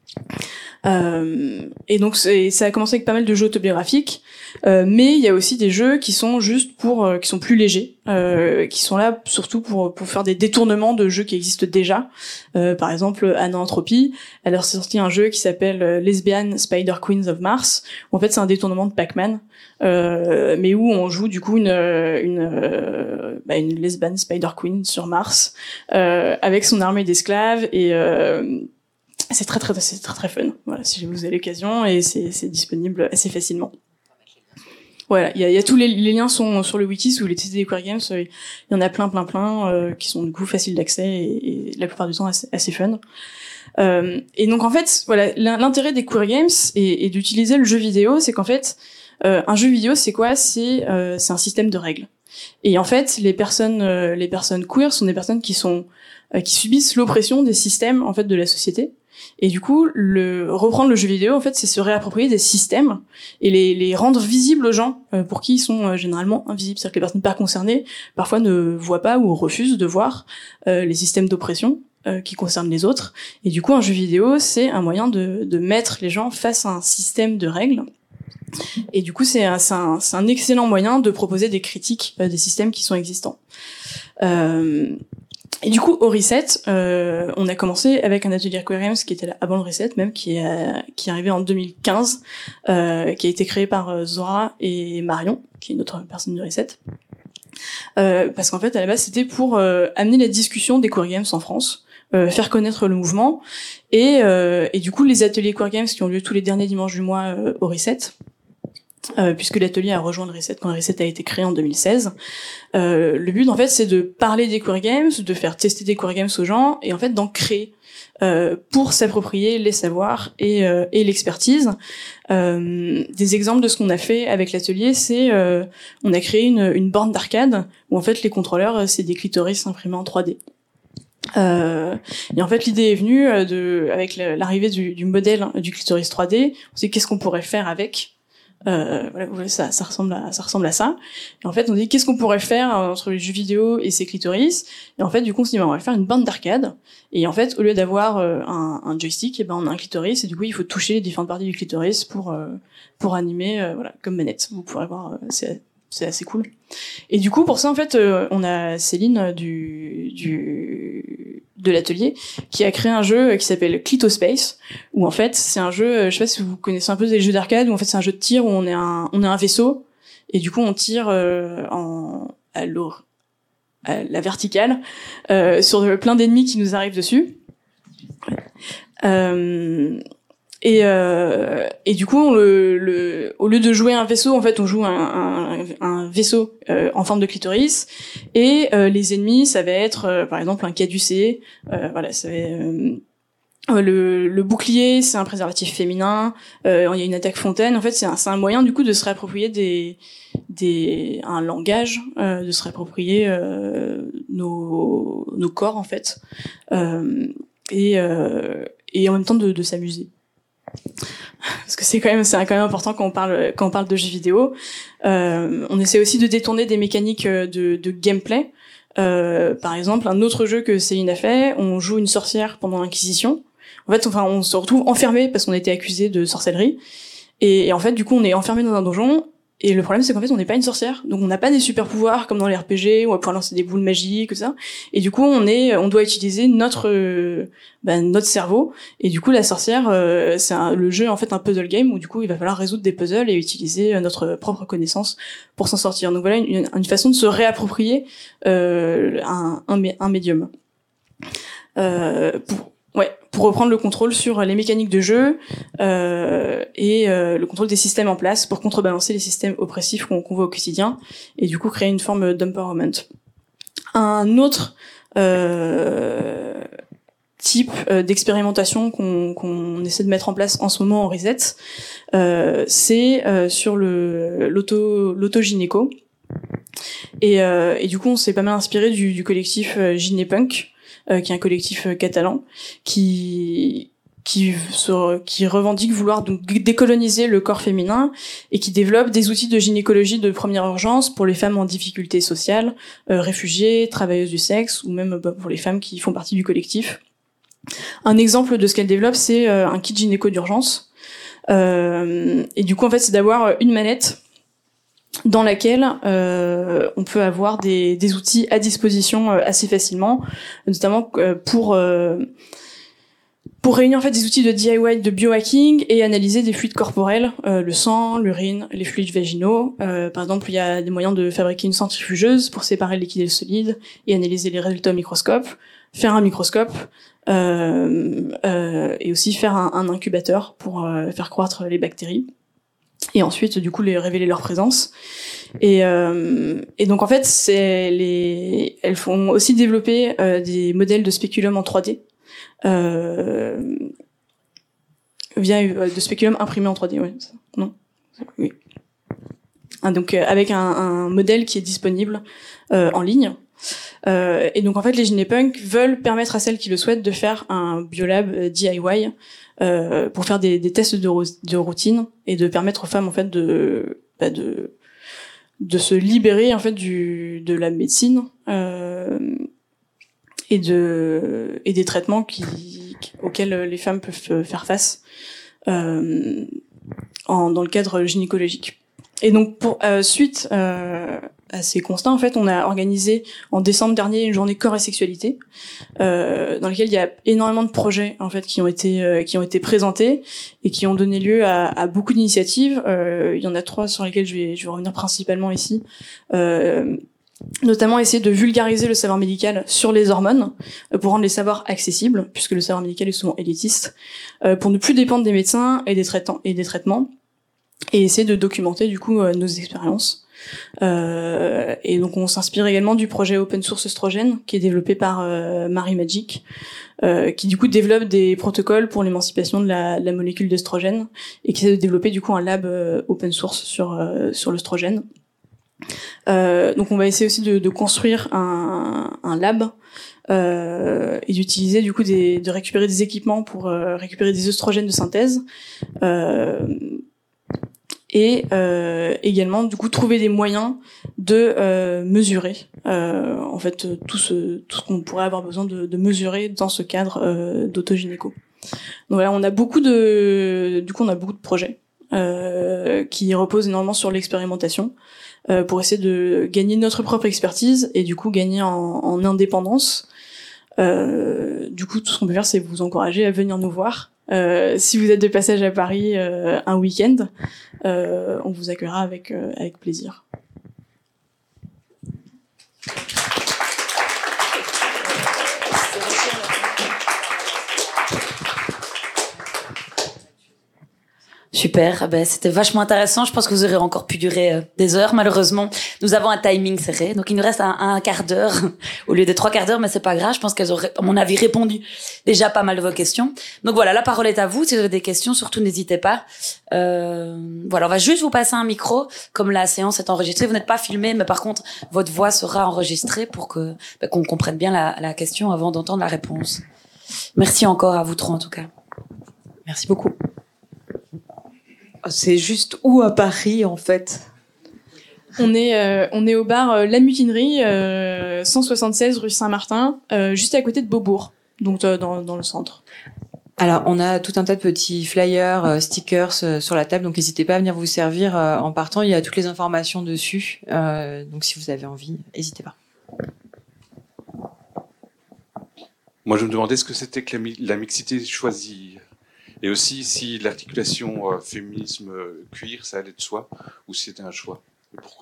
S5: Euh, et donc c'est, ça a commencé avec pas mal de jeux autobiographiques, euh, mais il y a aussi des jeux qui sont juste pour, euh, qui sont plus légers, euh, qui sont là surtout pour pour faire des détournements de jeux qui existent déjà. Euh, par exemple, Anna Entropy, elle a sorti un jeu qui s'appelle Lesbian Spider Queens of Mars, où en fait c'est un détournement de Pac-Man, euh, mais où on joue du coup une une euh, bah, une lesbian Spider Queen sur Mars euh, avec son armée d'esclaves et euh, c'est très très c'est très très fun. Voilà, si vous avez l'occasion, et c'est c'est disponible assez facilement. Voilà, il y a, y a tous les, les liens sont sur le wiki. Si vous voulez tester des queer games, il y en a plein plein plein euh, qui sont du coup faciles d'accès et, et la plupart du temps assez, assez fun. Euh, et donc en fait, voilà, l'intérêt des queer games et, et d'utiliser le jeu vidéo, c'est qu'en fait, euh, un jeu vidéo, c'est quoi? C'est euh, c'est un système de règles. Et en fait, les personnes euh, les personnes queer sont des personnes qui sont euh, qui subissent l'oppression des systèmes en fait de la société. Et du coup, le reprendre le jeu vidéo, en fait, c'est se réapproprier des systèmes et les, les rendre visibles aux gens euh, pour qui ils sont euh, généralement invisibles. C'est-à-dire que les personnes pas concernées, parfois, ne voient pas ou refusent de voir euh, les systèmes d'oppression euh, qui concernent les autres. Et du coup, un jeu vidéo, c'est un moyen de, de mettre les gens face à un système de règles. Et du coup, c'est un, c'est un, c'est un excellent moyen de proposer des critiques euh, des systèmes qui sont existants. Euh, Et du coup, au Reset, euh, on a commencé avec un atelier Queer Games qui était là avant le Reset même, qui est, qui est arrivé en deux mille quinze, euh, qui a été créé par euh, Zora et Marion, qui est une autre personne du Reset. Euh, parce qu'en fait, à la base, c'était pour euh, amener la discussion des Queer Games en France, euh, faire connaître le mouvement, et, euh, et du coup, les ateliers Queer Games qui ont lieu tous les derniers dimanches du mois euh, au Reset, Euh, puisque l'atelier a rejoint le Reset quand le Reset a été créé en deux mille seize. Euh, le but, en fait, c'est de parler des Queer Games, de faire tester des Queer Games aux gens, et en fait, d'en créer euh, pour s'approprier les savoirs et, euh, et l'expertise. Euh, des exemples de ce qu'on a fait avec l'atelier, c'est euh, on a créé une, une borne d'arcade où en fait les contrôleurs, c'est des clitoris imprimés en trois D. Euh, et en fait, l'idée est venue de, avec l'arrivée du, du modèle du clitoris trois D, on s'est dit qu'est-ce qu'on pourrait faire avec. Euh, voilà, ça, ça ressemble à, ça ressemble à ça. Et en fait, on dit qu'est-ce qu'on pourrait faire entre les jeux vidéo et ces clitoris. Et en fait, du coup, on s'est dit, on va faire une bande d'arcade. Et en fait, au lieu d'avoir euh, un, un joystick, et ben, on a un clitoris. Et du coup, il faut toucher les différentes parties du clitoris pour euh, pour animer, euh, voilà, comme manette. Vous pourrez voir, euh, c'est c'est assez cool. Et du coup, pour ça, en fait, euh, on a Céline du du de l'atelier qui a créé un jeu qui s'appelle Clitospace, où en fait c'est un jeu, je sais pas si vous connaissez un peu des jeux d'arcade, où en fait c'est un jeu de tir où on est un on est un vaisseau et du coup on tire euh, en à, à la verticale euh, sur plein d'ennemis qui nous arrivent dessus. Euh, Et, euh, et du coup, on le, le, au lieu de jouer un vaisseau, en fait, on joue un, un, un vaisseau euh, en forme de clitoris. Et euh, les ennemis, ça va être, euh, par exemple, un caducé. Euh, voilà, ça va, euh, le, le bouclier, c'est un préservatif féminin. Euh, il y a une attaque fontaine. En fait, c'est un, c'est un moyen, du coup, de se réapproprier des, des, un langage, euh, de se réapproprier euh, nos, nos corps, en fait, euh, et, euh, et en même temps de, de s'amuser. Parce que c'est quand même c'est quand même important quand on parle quand on parle de jeux vidéo. Euh, on essaie aussi de détourner des mécaniques de, de gameplay. Euh, par exemple, un autre jeu que Céline a fait, on joue une sorcière pendant l'Inquisition. En fait, enfin, on se retrouve enfermé parce qu'on était accusé de sorcellerie. Et, et en fait, du coup, on est enfermé dans un donjon. Et le problème, c'est qu'en fait, on n'est pas une sorcière, donc on n'a pas des super pouvoirs comme dans les R P G où on va pouvoir lancer des boules magiques, tout ça. Et du coup, on est, on doit utiliser notre, euh, ben, notre cerveau. Et du coup, la sorcière, euh, c'est un, le jeu en fait un puzzle game où du coup, il va falloir résoudre des puzzles et utiliser notre propre connaissance pour s'en sortir. Donc voilà, une, une façon de se réapproprier euh, un, un, un médium. Euh, pour, Ouais, pour reprendre le contrôle sur les mécaniques de jeu euh, et euh, le contrôle des systèmes en place pour contrebalancer les systèmes oppressifs qu'on qu'on voit au quotidien et du coup créer une forme d'empowerment. Un autre euh, type euh, d'expérimentation qu'on qu'on essaie de mettre en place en ce moment en Reset, euh, c'est euh, sur le l'auto l'autogynéco. Et, euh, et du coup, on s'est pas mal inspiré du, du collectif euh, Gynépunk, Euh, qui est un collectif euh, catalan qui qui se, qui revendique vouloir donc décoloniser le corps féminin et qui développe des outils de gynécologie de première urgence pour les femmes en difficulté sociale, euh, réfugiées, travailleuses du sexe ou même bah, pour les femmes qui font partie du collectif. Un exemple de ce qu'elle développe, c'est euh, un kit gynéco d'urgence. Euh, et du coup, en fait, c'est d'avoir une manette dans laquelle euh, on peut avoir des, des outils à disposition euh, assez facilement, notamment euh, pour euh, pour réunir en fait des outils de D I Y de biohacking et analyser des fluides corporels, euh, le sang, l'urine, les fluides vaginaux. Euh, par exemple, il y a des moyens de fabriquer une centrifugeuse pour séparer le liquide et le solide et analyser les résultats au microscope, faire un microscope euh, euh, et aussi faire un, un incubateur pour euh, faire croître les bactéries. Et ensuite, du coup, les révéler leur présence. Et, euh, et donc, en fait, c'est les, elles font aussi développer euh, des modèles de spéculum en trois D, euh, via euh, de spéculum imprimé en trois D, ouais. Non, oui. Ah, donc, euh, avec un, un modèle qui est disponible euh, en ligne. Euh, et donc, en fait, les Gynépunk veulent permettre à celles qui le souhaitent de faire un biolab euh, D I Y. Euh, pour faire des, des tests de, de routine et de permettre aux femmes en fait de bah, de de se libérer en fait du de la médecine euh, et de et des traitements qui, qui auxquels les femmes peuvent faire face euh, en dans le cadre gynécologique. Et donc pour euh, suite euh, assez constant. En fait, on a organisé en décembre dernier une journée corps et sexualité, euh, dans laquelle il y a énormément de projets en fait qui ont été euh, qui ont été présentés et qui ont donné lieu à, à beaucoup d'initiatives. Euh, il y en a trois sur lesquelles je vais je vais revenir principalement ici. Euh, notamment essayer de vulgariser le savoir médical sur les hormones euh, pour rendre les savoirs accessibles, puisque le savoir médical est souvent élitiste, euh, pour ne plus dépendre des médecins et des traitants et des traitements, et essayer de documenter du coup euh, nos expériences. Euh, et donc on s'inspire également du projet open source Oestrogène qui est développé par euh, Marie Magic, euh, qui du coup développe des protocoles pour l'émancipation de la, de la molécule d'œstrogène et qui essaie de développer du coup un lab euh, open source sur euh, sur l'œstrogène. Euh, donc on va essayer aussi de, de construire un, un lab euh, et d'utiliser du coup des, de récupérer des équipements pour euh, récupérer des œstrogènes de synthèse euh, et euh, également du coup trouver des moyens de euh, mesurer euh, en fait tout ce tout ce qu'on pourrait avoir besoin de, de mesurer dans ce cadre euh, d'autogynéco. Donc voilà, on a beaucoup de du coup on a beaucoup de projets euh, qui reposent énormément sur l'expérimentation. Euh, pour essayer de gagner notre propre expertise et du coup gagner en, en indépendance. Euh, du coup, tout ce qu'on peut faire, c'est vous encourager à venir nous voir. Euh, si vous êtes de passage à Paris euh, un week-end, euh, on vous accueillera avec, euh, avec plaisir.
S2: Super, ben, c'était vachement intéressant. Je pense que vous aurez encore pu durer euh, des heures. Malheureusement, nous avons un timing serré, donc il nous reste un, un quart d'heure au lieu de trois quarts d'heure, mais c'est pas grave. Je pense qu'elles auraient, à mon avis, répondu déjà pas mal de vos questions. Donc voilà, la parole est à vous. Si vous avez des questions, surtout n'hésitez pas. Euh, voilà, on va juste vous passer un micro, comme la séance est enregistrée. Vous n'êtes pas filmé, mais par contre, votre voix sera enregistrée pour que ben, qu'on comprenne bien la, la question avant d'entendre la réponse. Merci encore à vous trois en tout cas.
S3: Merci beaucoup.
S6: C'est juste où à Paris, en fait?
S5: On est, euh, on est au bar euh, La Mutinerie, euh, cent soixante-seize rue Saint-Martin, euh, juste à côté de Beaubourg, donc euh, dans, dans le centre.
S3: Alors, on a tout un tas de petits flyers, euh, stickers euh, sur la table, donc n'hésitez pas à venir vous servir euh, en partant. Il y a toutes les informations dessus, euh, donc si vous avez envie, n'hésitez pas.
S7: Moi, je me demandais ce que c'était que la, mi- la mixité choisie. Et aussi si l'articulation euh, féminisme-cuir, ça allait de soi, ou si c'était un choix. Et pourquoi ?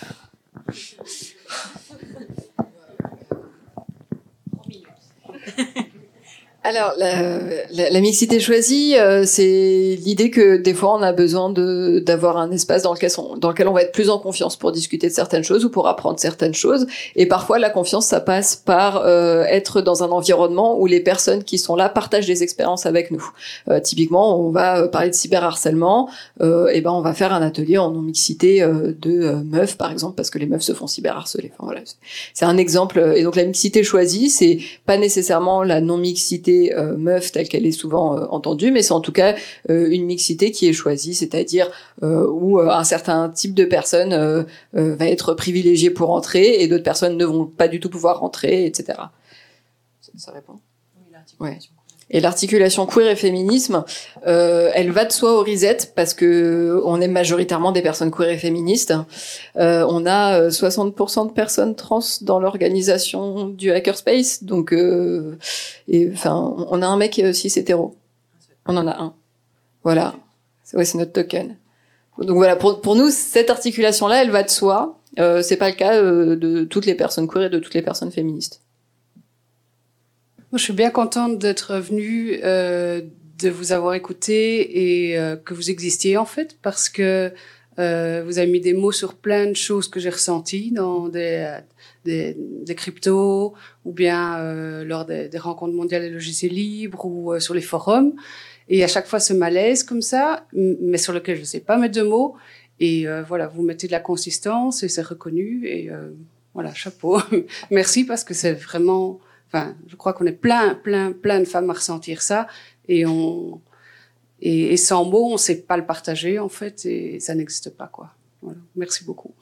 S4: Alors, la, la, la mixité choisie, euh, c'est l'idée que des fois on a besoin de d'avoir un espace dans lequel on, dans lequel on va être plus en confiance pour discuter de certaines choses ou pour apprendre certaines choses. Et parfois, la confiance, ça passe par euh, être dans un environnement où les personnes qui sont là partagent des expériences avec nous. Euh, typiquement, on va parler de cyberharcèlement, euh, et ben on va faire un atelier en non-mixité euh, de euh, meufs, par exemple, parce que les meufs se font cyberharceler. Enfin voilà, c'est un exemple. Et donc la mixité choisie, c'est pas nécessairement la non-mixité Euh, meuf telle qu'elle est souvent euh, entendue, mais c'est en tout cas euh, une mixité qui est choisie, c'est-à-dire euh, où euh, un certain type de personne euh, euh, va être privilégié pour entrer et d'autres personnes ne vont pas du tout pouvoir rentrer, et cetera. Ça, ça répond ? Oui, l'articulation. Ouais. Et l'articulation queer et féminisme, euh, elle va de soi au Reset parce que on est majoritairement des personnes queer et féministes. Euh, on a soixante pour cent de personnes trans dans l'organisation du Hackerspace, donc euh, et enfin on a un mec cis hétéro. On en a un. Voilà. Ouais, c'est notre token. Donc voilà, pour pour nous cette articulation-là, elle va de soi. Euh, c'est pas le cas euh, de toutes les personnes queer et de toutes les personnes féministes.
S6: Moi, je suis bien contente d'être venue, euh, de vous avoir écouté et euh, que vous existiez en fait, parce que euh, vous avez mis des mots sur plein de choses que j'ai ressenties dans des, des, des cryptos ou bien euh, lors des, des rencontres mondiales des logiciels libres ou euh, sur les forums. Et à chaque fois, ce malaise comme ça, mais sur lequel je ne sais pas mettre de mots. Et euh, voilà, vous mettez de la consistance et c'est reconnu. Et euh, voilà, chapeau. Merci parce que c'est vraiment... Enfin, je crois qu'on est plein, plein, plein de femmes à ressentir ça, et on, et, et sans mots, on sait pas le partager, en fait, et ça n'existe pas, quoi. Voilà. Merci beaucoup.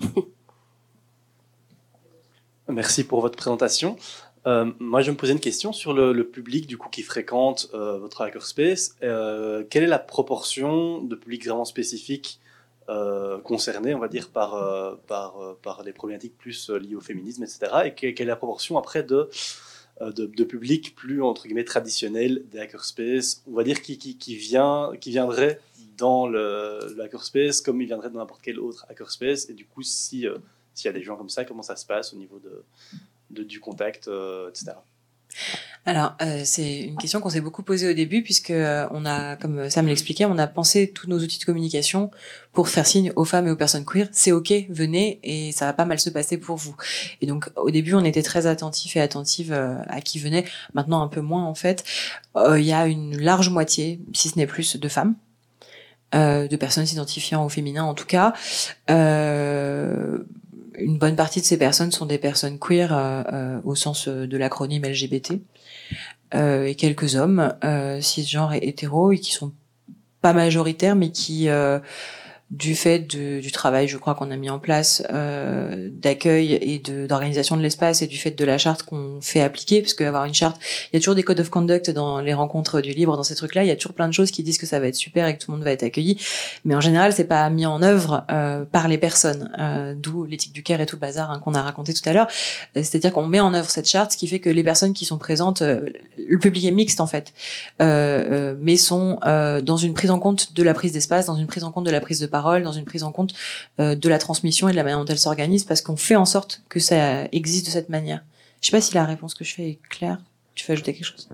S8: Merci pour votre présentation. Euh, moi, je me posais une question sur le, le public, du coup, qui fréquente euh, votre hackerspace. Euh, quelle est la proportion de public vraiment spécifique euh, concernés, on va dire, par, euh, par, euh, par les problématiques plus euh, liées au féminisme, et cetera. Et quelle est la proportion après de, euh, de, de public plus, entre guillemets, traditionnel des hackerspaces, on va dire, qui, qui, qui, vient, qui viendrait dans le, le hackerspace comme il viendrait dans n'importe quel autre hackerspace. Et du coup, si, euh, s'il y a des gens comme ça, comment ça se passe au niveau de, de, du contact, euh, et cetera.
S3: Alors, euh, c'est une question qu'on s'est beaucoup posée au début, puisque euh, on a, comme Sam l'expliquait, on a pensé tous nos outils de communication pour faire signe aux femmes et aux personnes queer. C'est ok, venez, et ça va pas mal se passer pour vous. Et donc, au début, on était très attentifs et attentives euh, à qui venait. Maintenant, un peu moins, en fait. Il euh, y a une large moitié, si ce n'est plus, de femmes. Euh, de personnes s'identifiant au féminin, en tout cas. Euh, une bonne partie de ces personnes sont des personnes queer euh, euh, au sens de l'acronyme L G B T, euh, et quelques hommes euh, cisgenres et hétéros, et qui sont pas majoritaires, mais qui, euh, du fait de, du travail, je crois, qu'on a mis en place euh, d'accueil et de, d'organisation de l'espace, et du fait de la charte qu'on fait appliquer, parce qu'avoir une charte, il y a toujours des codes of conduct dans les rencontres du libre, dans ces trucs-là, il y a toujours plein de choses qui disent que ça va être super et que tout le monde va être accueilli, mais en général, c'est pas mis en œuvre euh, par les personnes, euh, d'où l'éthique du care et tout le bazar hein, qu'on a raconté tout à l'heure. C'est-à-dire qu'on met en œuvre cette charte, ce qui fait que les personnes qui sont présentes, euh, le public est mixte en fait, euh, euh, mais sont euh, dans une prise en compte de la prise d'espace, dans une prise en compte de la prise de parole, dans une prise en compte euh, de la transmission et de la manière dont elle s'organise, parce qu'on fait en sorte que ça existe de cette manière. Je sais pas si la réponse que je fais est claire. Tu veux ajouter quelque chose?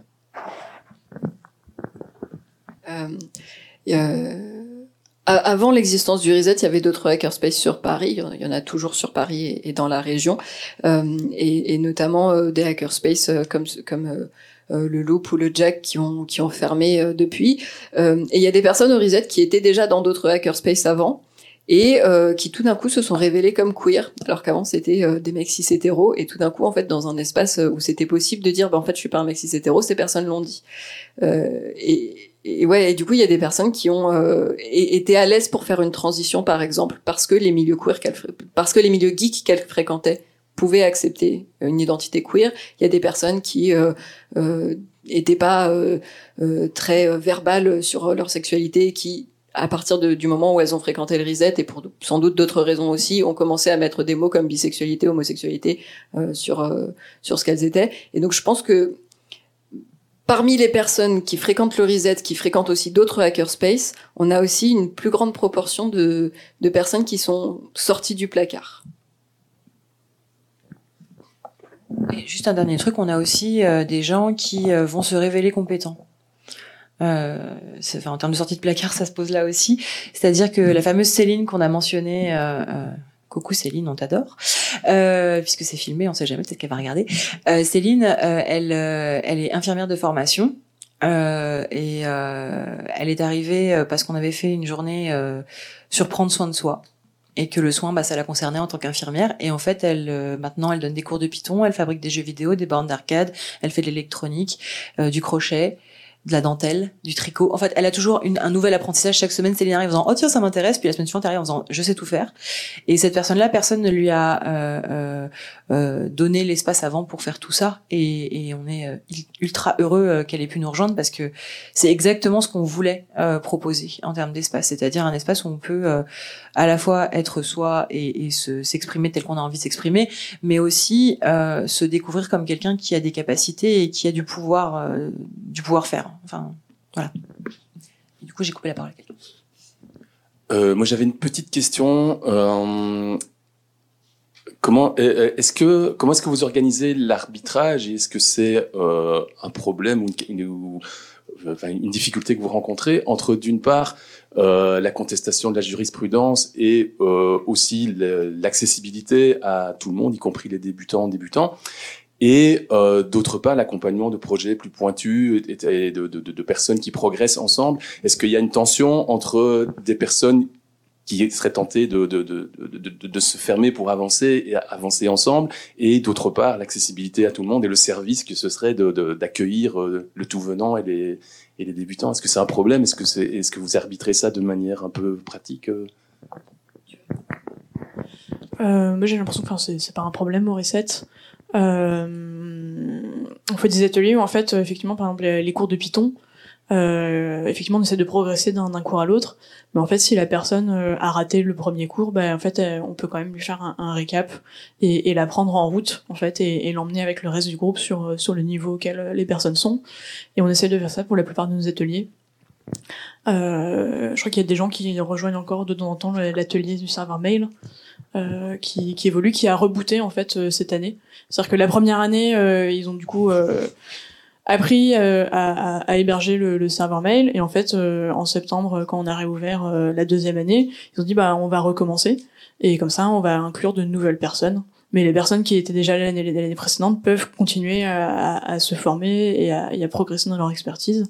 S4: euh, euh, Avant l'existence du Reset, il y avait d'autres hackerspaces sur Paris. Il y en a toujours sur Paris et, et dans la région, euh, et, et notamment euh, des hackerspaces euh, comme comme euh, Euh, le Loop ou le Jack qui ont qui ont fermé euh, depuis. Euh, et il y a des personnes au Reset qui étaient déjà dans d'autres hackerspaces avant et euh, qui tout d'un coup se sont révélés comme queer, alors qu'avant c'était euh, des mecs cis hétéros, et tout d'un coup en fait dans un espace où c'était possible de dire bah en fait je suis pas un mec cis hétéro, ces personnes l'ont dit. Euh, et Et ouais, et du coup, il y a des personnes qui ont euh, été à l'aise pour faire une transition, par exemple, parce que les milieux queer, qu'elles, parce que les milieux geeks qu'elles fréquentaient pouvaient accepter une identité queer. Il y a des personnes qui euh, euh, étaient pas euh, euh, très verbales sur leur sexualité, qui, à partir de, du moment où elles ont fréquenté le Reset, et pour sans doute d'autres raisons aussi, ont commencé à mettre des mots comme bisexualité, homosexualité euh, sur euh, sur ce qu'elles étaient. Et donc, je pense que parmi les personnes qui fréquentent le Reset, qui fréquentent aussi d'autres hackerspaces, on a aussi une plus grande proportion de, de personnes qui sont sorties du placard.
S3: Et juste un dernier truc, on a aussi euh, des gens qui euh, vont se révéler compétents. Euh, c'est, enfin, en termes de sortie de placard, ça se pose là aussi. C'est-à-dire que la fameuse Céline qu'on a mentionnée... Euh, euh, coucou Céline, on t'adore, euh, puisque c'est filmé, on sait jamais, peut-être qu'elle va regarder. Euh, Céline, euh, elle, euh, elle est infirmière de formation, euh, et euh, elle est arrivée parce qu'on avait fait une journée euh, sur prendre soin de soi, et que le soin, bah, ça la concernait en tant qu'infirmière. Et en fait, elle, euh, maintenant, elle donne des cours de Python, elle fabrique des jeux vidéo, des bornes d'arcade, elle fait de l'électronique, euh, du crochet, de la dentelle, du tricot. En fait, elle a toujours une, un nouvel apprentissage chaque semaine. Céline arrive en disant « Oh tiens, ça m'intéresse », puis la semaine suivante, elle arrive en disant « Je sais tout faire ». Et cette personne-là, personne ne lui a euh, euh, euh, donné l'espace avant pour faire tout ça. Et, et on est euh, ultra heureux euh, qu'elle ait pu nous rejoindre, parce que c'est exactement ce qu'on voulait euh, proposer en termes d'espace. C'est-à-dire un espace où on peut euh, à la fois être soi et, et se, s'exprimer tel qu'on a envie de s'exprimer, mais aussi euh, se découvrir comme quelqu'un qui a des capacités et qui a du pouvoir, euh, du pouvoir faire. Enfin, voilà. Et du coup, j'ai coupé la parole à quelqu'un.
S9: Euh, moi, j'avais une petite question. Euh, comment est-ce que comment est-ce que vous organisez l'arbitrage, et est-ce que c'est euh, un problème ou une, une, enfin, une difficulté que vous rencontrez entre, d'une part, euh, la contestation de la jurisprudence et euh, aussi le, l'accessibilité à tout le monde, y compris les débutants, débutants, et euh, d'autre part l'accompagnement de projets plus pointus et, et de, de, de personnes qui progressent ensemble. Est-ce qu'il y a une tension entre des personnes qui seraient tentées de, de, de, de, de, de se fermer pour avancer et avancer ensemble, et d'autre part l'accessibilité à tout le monde et le service que ce serait de, de, d'accueillir le tout venant et les, et les débutants? Est-ce que c'est un problème? Est-ce que, c'est, est-ce que vous arbitrez ça de manière un peu pratique? euh,
S5: moi j'ai l'impression que enfin, c'est, c'est pas un problème au Reset. Euh, on fait des ateliers où en fait effectivement par exemple les cours de Python Euh, effectivement, on essaie de progresser d'un, d'un cours à l'autre, mais en fait, si la personne euh, a raté le premier cours, ben en fait, euh, on peut quand même lui faire un, un récap et, et la prendre en route, en fait, et, et l'emmener avec le reste du groupe sur sur le niveau auquel les personnes sont. Et on essaie de faire ça pour la plupart de nos ateliers. Euh, je crois qu'il y a des gens qui rejoignent encore de temps en temps l'atelier du serveur mail, euh, qui, qui évolue, qui a rebooté en fait euh, cette année. C'est-à-dire que la première année, euh, ils ont du coup euh, appris euh, à, à, à héberger le, le serveur mail, et en fait euh, en septembre, quand on a réouvert euh, la deuxième année, ils ont dit bah on va recommencer, et comme ça on va inclure de nouvelles personnes. Mais les personnes qui étaient déjà là l'année, l'année précédente peuvent continuer à, à, à se former et à, et à progresser dans leur expertise.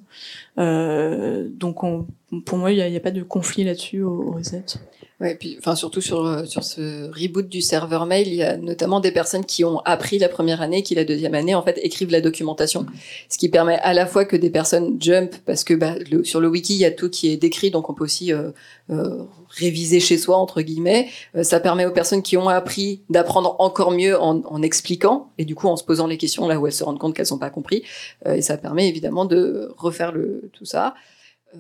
S5: Euh, donc, on, pour moi, il n'y a, a pas de conflit là-dessus au, au reset.
S4: Ouais, puis, enfin, surtout sur sur ce reboot du serveur mail, il y a notamment des personnes qui ont appris la première année, qui la deuxième année, en fait, écrivent la documentation, ce qui permet à la fois que des personnes jump, parce que bah, le, sur le wiki, il y a tout qui est décrit, donc on peut aussi euh, euh, réviser chez soi entre guillemets. Euh, ça permet aux personnes qui ont appris d'apprendre encore mieux en, en expliquant, et du coup en se posant les questions là où elles se rendent compte qu'elles n'ont pas compris. Euh, et ça permet évidemment de refaire le tout ça. Euh,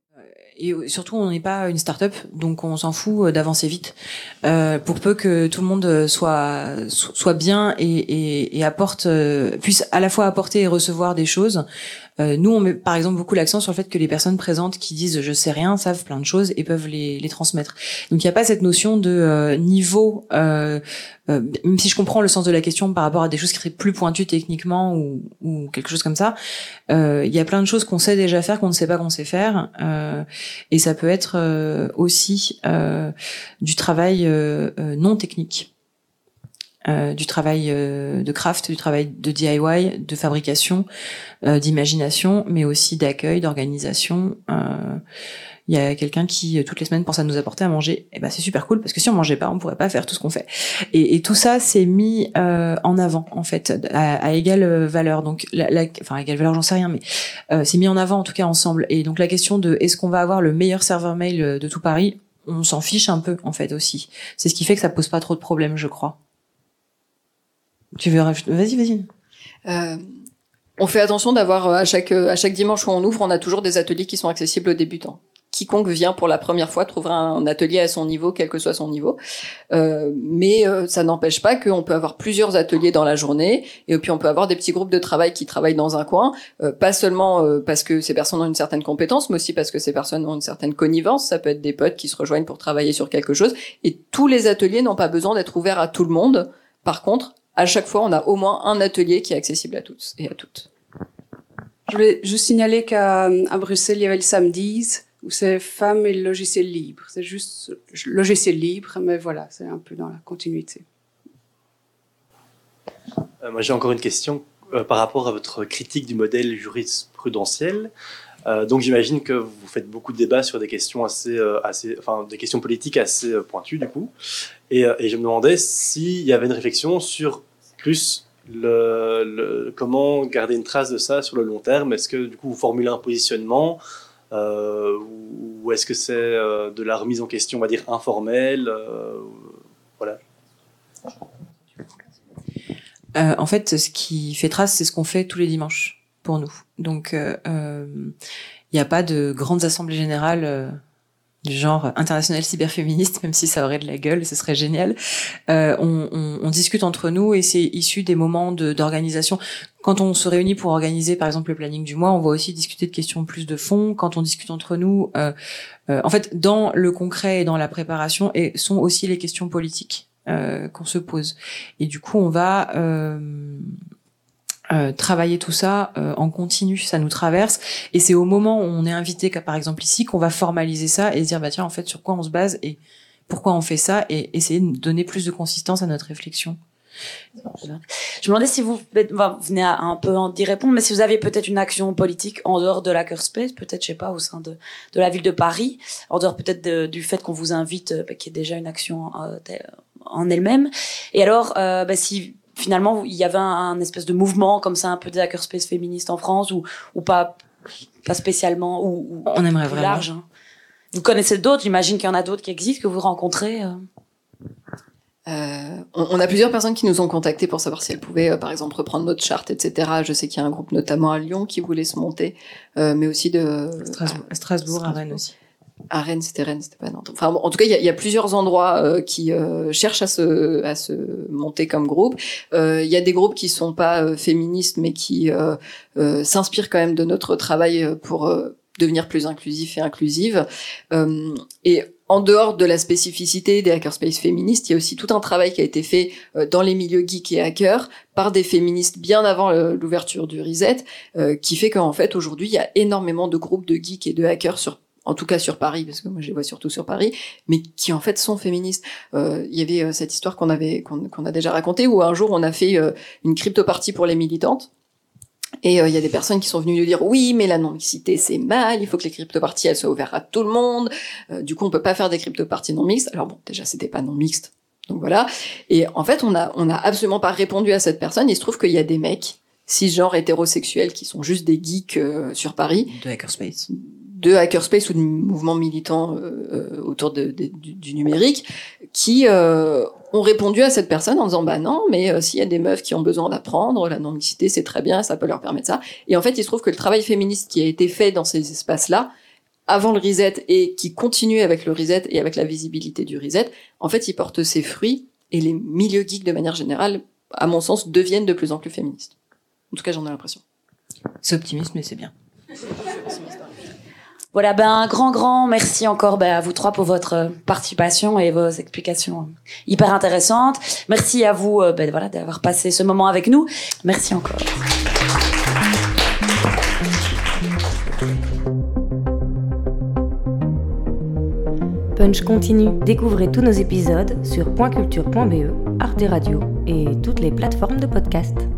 S3: Et surtout, on n'est pas une start-up, donc on s'en fout d'avancer vite. Euh, pour peu que tout le monde soit soit bien et, et, et apporte, puisse à la fois apporter et recevoir des choses. Euh, nous, on met par exemple beaucoup l'accent sur le fait que les personnes présentes qui disent je sais rien savent plein de choses et peuvent les, les transmettre. Donc il n'y a pas cette notion de euh, niveau, euh, euh, même si je comprends le sens de la question par rapport à des choses qui seraient plus pointues techniquement ou, ou quelque chose comme ça. Euh, il y a plein de choses qu'on sait déjà faire qu'on ne sait pas qu'on sait faire, euh, et ça peut être euh, aussi euh, du travail euh, euh, non technique. Euh, du travail euh, de craft, du travail de D I Y, de fabrication, euh, d'imagination, mais aussi d'accueil, d'organisation. Euh, il y a quelqu'un qui toutes les semaines pense à nous apporter à manger. Et ben c'est super cool parce que si on mangeait pas, on pourrait pas faire tout ce qu'on fait. Et, et tout ça c'est mis euh, en avant en fait à, à égale valeur. Donc, la, la, enfin à égale valeur, j'en sais rien, mais euh, c'est mis en avant en tout cas ensemble. Et donc la question de est-ce qu'on va avoir le meilleur serveur mail de tout Paris, on s'en fiche un peu en fait aussi. C'est ce qui fait que ça pose pas trop de problèmes, je crois. Tu veux rajouter ? Vas-y, vas-y.
S4: Euh, on fait attention d'avoir à chaque à chaque dimanche où on ouvre, on a toujours des ateliers qui sont accessibles aux débutants. Quiconque vient pour la première fois trouvera un atelier à son niveau, quel que soit son niveau. Euh, mais euh, ça n'empêche pas qu'on peut avoir plusieurs ateliers dans la journée, et puis on peut avoir des petits groupes de travail qui travaillent dans un coin, euh, pas seulement euh, parce que ces personnes ont une certaine compétence, mais aussi parce que ces personnes ont une certaine connivence. Ça peut être des potes qui se rejoignent pour travailler sur quelque chose. Et tous les ateliers n'ont pas besoin d'être ouverts à tout le monde. Par contre, à chaque fois, on a au moins un atelier qui est accessible à tous et à toutes.
S6: Je voulais juste signaler qu'à à Bruxelles, il y avait le samedis, où c'est femmes et le logiciel libre. C'est juste logiciel libre, mais voilà, c'est un peu dans la continuité.
S8: Euh, moi, j'ai encore une question euh, par rapport à votre critique du modèle jurisprudentiel. Euh, donc, j'imagine que vous faites beaucoup de débats sur des questions assez, euh, assez, enfin, des questions politiques assez euh, pointues, du coup. Et, euh, et je me demandais s'il y avait une réflexion sur plus le, le, comment garder une trace de ça sur le long terme. Est-ce que, du coup, vous formulez un positionnement euh, ou, ou est-ce que c'est euh, de la remise en question, on va dire, informelle euh, voilà.
S3: Euh, en fait, ce qui fait trace, c'est ce qu'on fait tous les dimanches pour nous. Donc, il euh, n'y a pas de grandes assemblées générales euh, du genre international cyberféministe, même si ça aurait de la gueule, ce serait génial. Euh, on, on, on discute entre nous et c'est issu des moments de, d'organisation. Quand on se réunit pour organiser, par exemple, le planning du mois, on va aussi discuter de questions plus de fond. Quand on discute entre nous, euh, euh, en fait, dans le concret et dans la préparation, et sont aussi les questions politiques euh, qu'on se pose. Et du coup, on va euh, Euh, travailler tout ça euh, en continu, ça nous traverse, et c'est au moment où on est invité, par exemple ici, qu'on va formaliser ça et se dire bah tiens en fait sur quoi on se base et pourquoi on fait ça, et essayer de donner plus de consistance à notre réflexion.
S2: Je me demandais si vous, vous venez à un peu d'y répondre, mais si vous aviez peut-être une action politique en dehors de l'hackerspace, peut-être je sais pas au sein de de la ville de Paris, en dehors peut-être de, du fait qu'on vous invite, bah, qui est déjà une action euh, en elle-même, et alors euh, bah, si finalement, il y avait un, un espèce de mouvement comme ça, un peu des hackerspace féministes en France, ou, ou pas, pas spécialement, ou, ou
S3: on aimerait
S2: plus
S3: vraiment.
S2: Large. Hein. Vous connaissez d'autres, j'imagine qu'il y en a d'autres qui existent, que vous rencontrez. Euh...
S4: Euh, on, on a plusieurs personnes qui nous ont contactés pour savoir si elles pouvaient, euh, par exemple, reprendre notre charte, et cetera. Je sais qu'il y a un groupe notamment à Lyon qui voulait se monter, euh, mais aussi de
S3: Strasbourg, à Strasbourg, à Rennes aussi.
S4: À Rennes, c'était Rennes, c'était pas Nantes. Enfin, bon, en tout cas, il y a, il y a plusieurs endroits euh, qui euh, cherchent à se, à se monter comme groupe. Euh, il y a des groupes qui sont pas euh, féministes, mais qui euh, euh, s'inspirent quand même de notre travail pour euh, devenir plus inclusif et inclusive. Euh, et en dehors de la spécificité des hackerspaces féministes, il y a aussi tout un travail qui a été fait euh, dans les milieux geeks et hackers par des féministes bien avant euh, l'ouverture du Reset, euh, qui fait qu'en fait, aujourd'hui, il y a énormément de groupes de geeks et de hackers sur en tout cas sur Paris, parce que moi je les vois surtout sur Paris, mais qui en fait sont féministes. Euh, il y avait euh, cette histoire qu'on avait, qu'on, qu'on a déjà racontée, où un jour on a fait euh, une crypto-partie pour les militantes, et il euh, y a des personnes qui sont venues nous dire oui, mais la non-mixité c'est mal, il faut que les crypto-parties elles soient ouvertes à tout le monde, euh, du coup on peut pas faire des crypto-parties non-mixtes. Alors bon, déjà c'était pas non-mixte, donc voilà. Et en fait on a, on a absolument pas répondu à cette personne. Il se trouve qu'il y a des mecs cisgenres hétérosexuels qui sont juste des geeks euh, sur Paris.
S3: De hackerspace.
S4: de hackerspace ou de mouvements militants euh, autour de, de, du, du numérique, qui euh, ont répondu à cette personne en disant bah non, mais euh, s'il y a des meufs qui ont besoin d'apprendre, la non-mixité c'est très bien, ça peut leur permettre ça. Et en fait, il se trouve que le travail féministe qui a été fait dans ces espaces-là, avant le Reset et qui continue avec le Reset et avec la visibilité du Reset, en fait, il porte ses fruits et les milieux geeks de manière générale, à mon sens, deviennent de plus en plus féministes. En tout cas, j'en ai l'impression.
S3: C'est optimiste, mais c'est bien.
S2: Voilà, ben un grand, grand merci encore ben, à vous trois pour votre participation et vos explications hyper intéressantes. Merci à vous ben, voilà, d'avoir passé ce moment avec nous. Merci encore.
S1: Punch continue. Découvrez tous nos épisodes sur point culture point b e, Arte Radio et toutes les plateformes de podcast.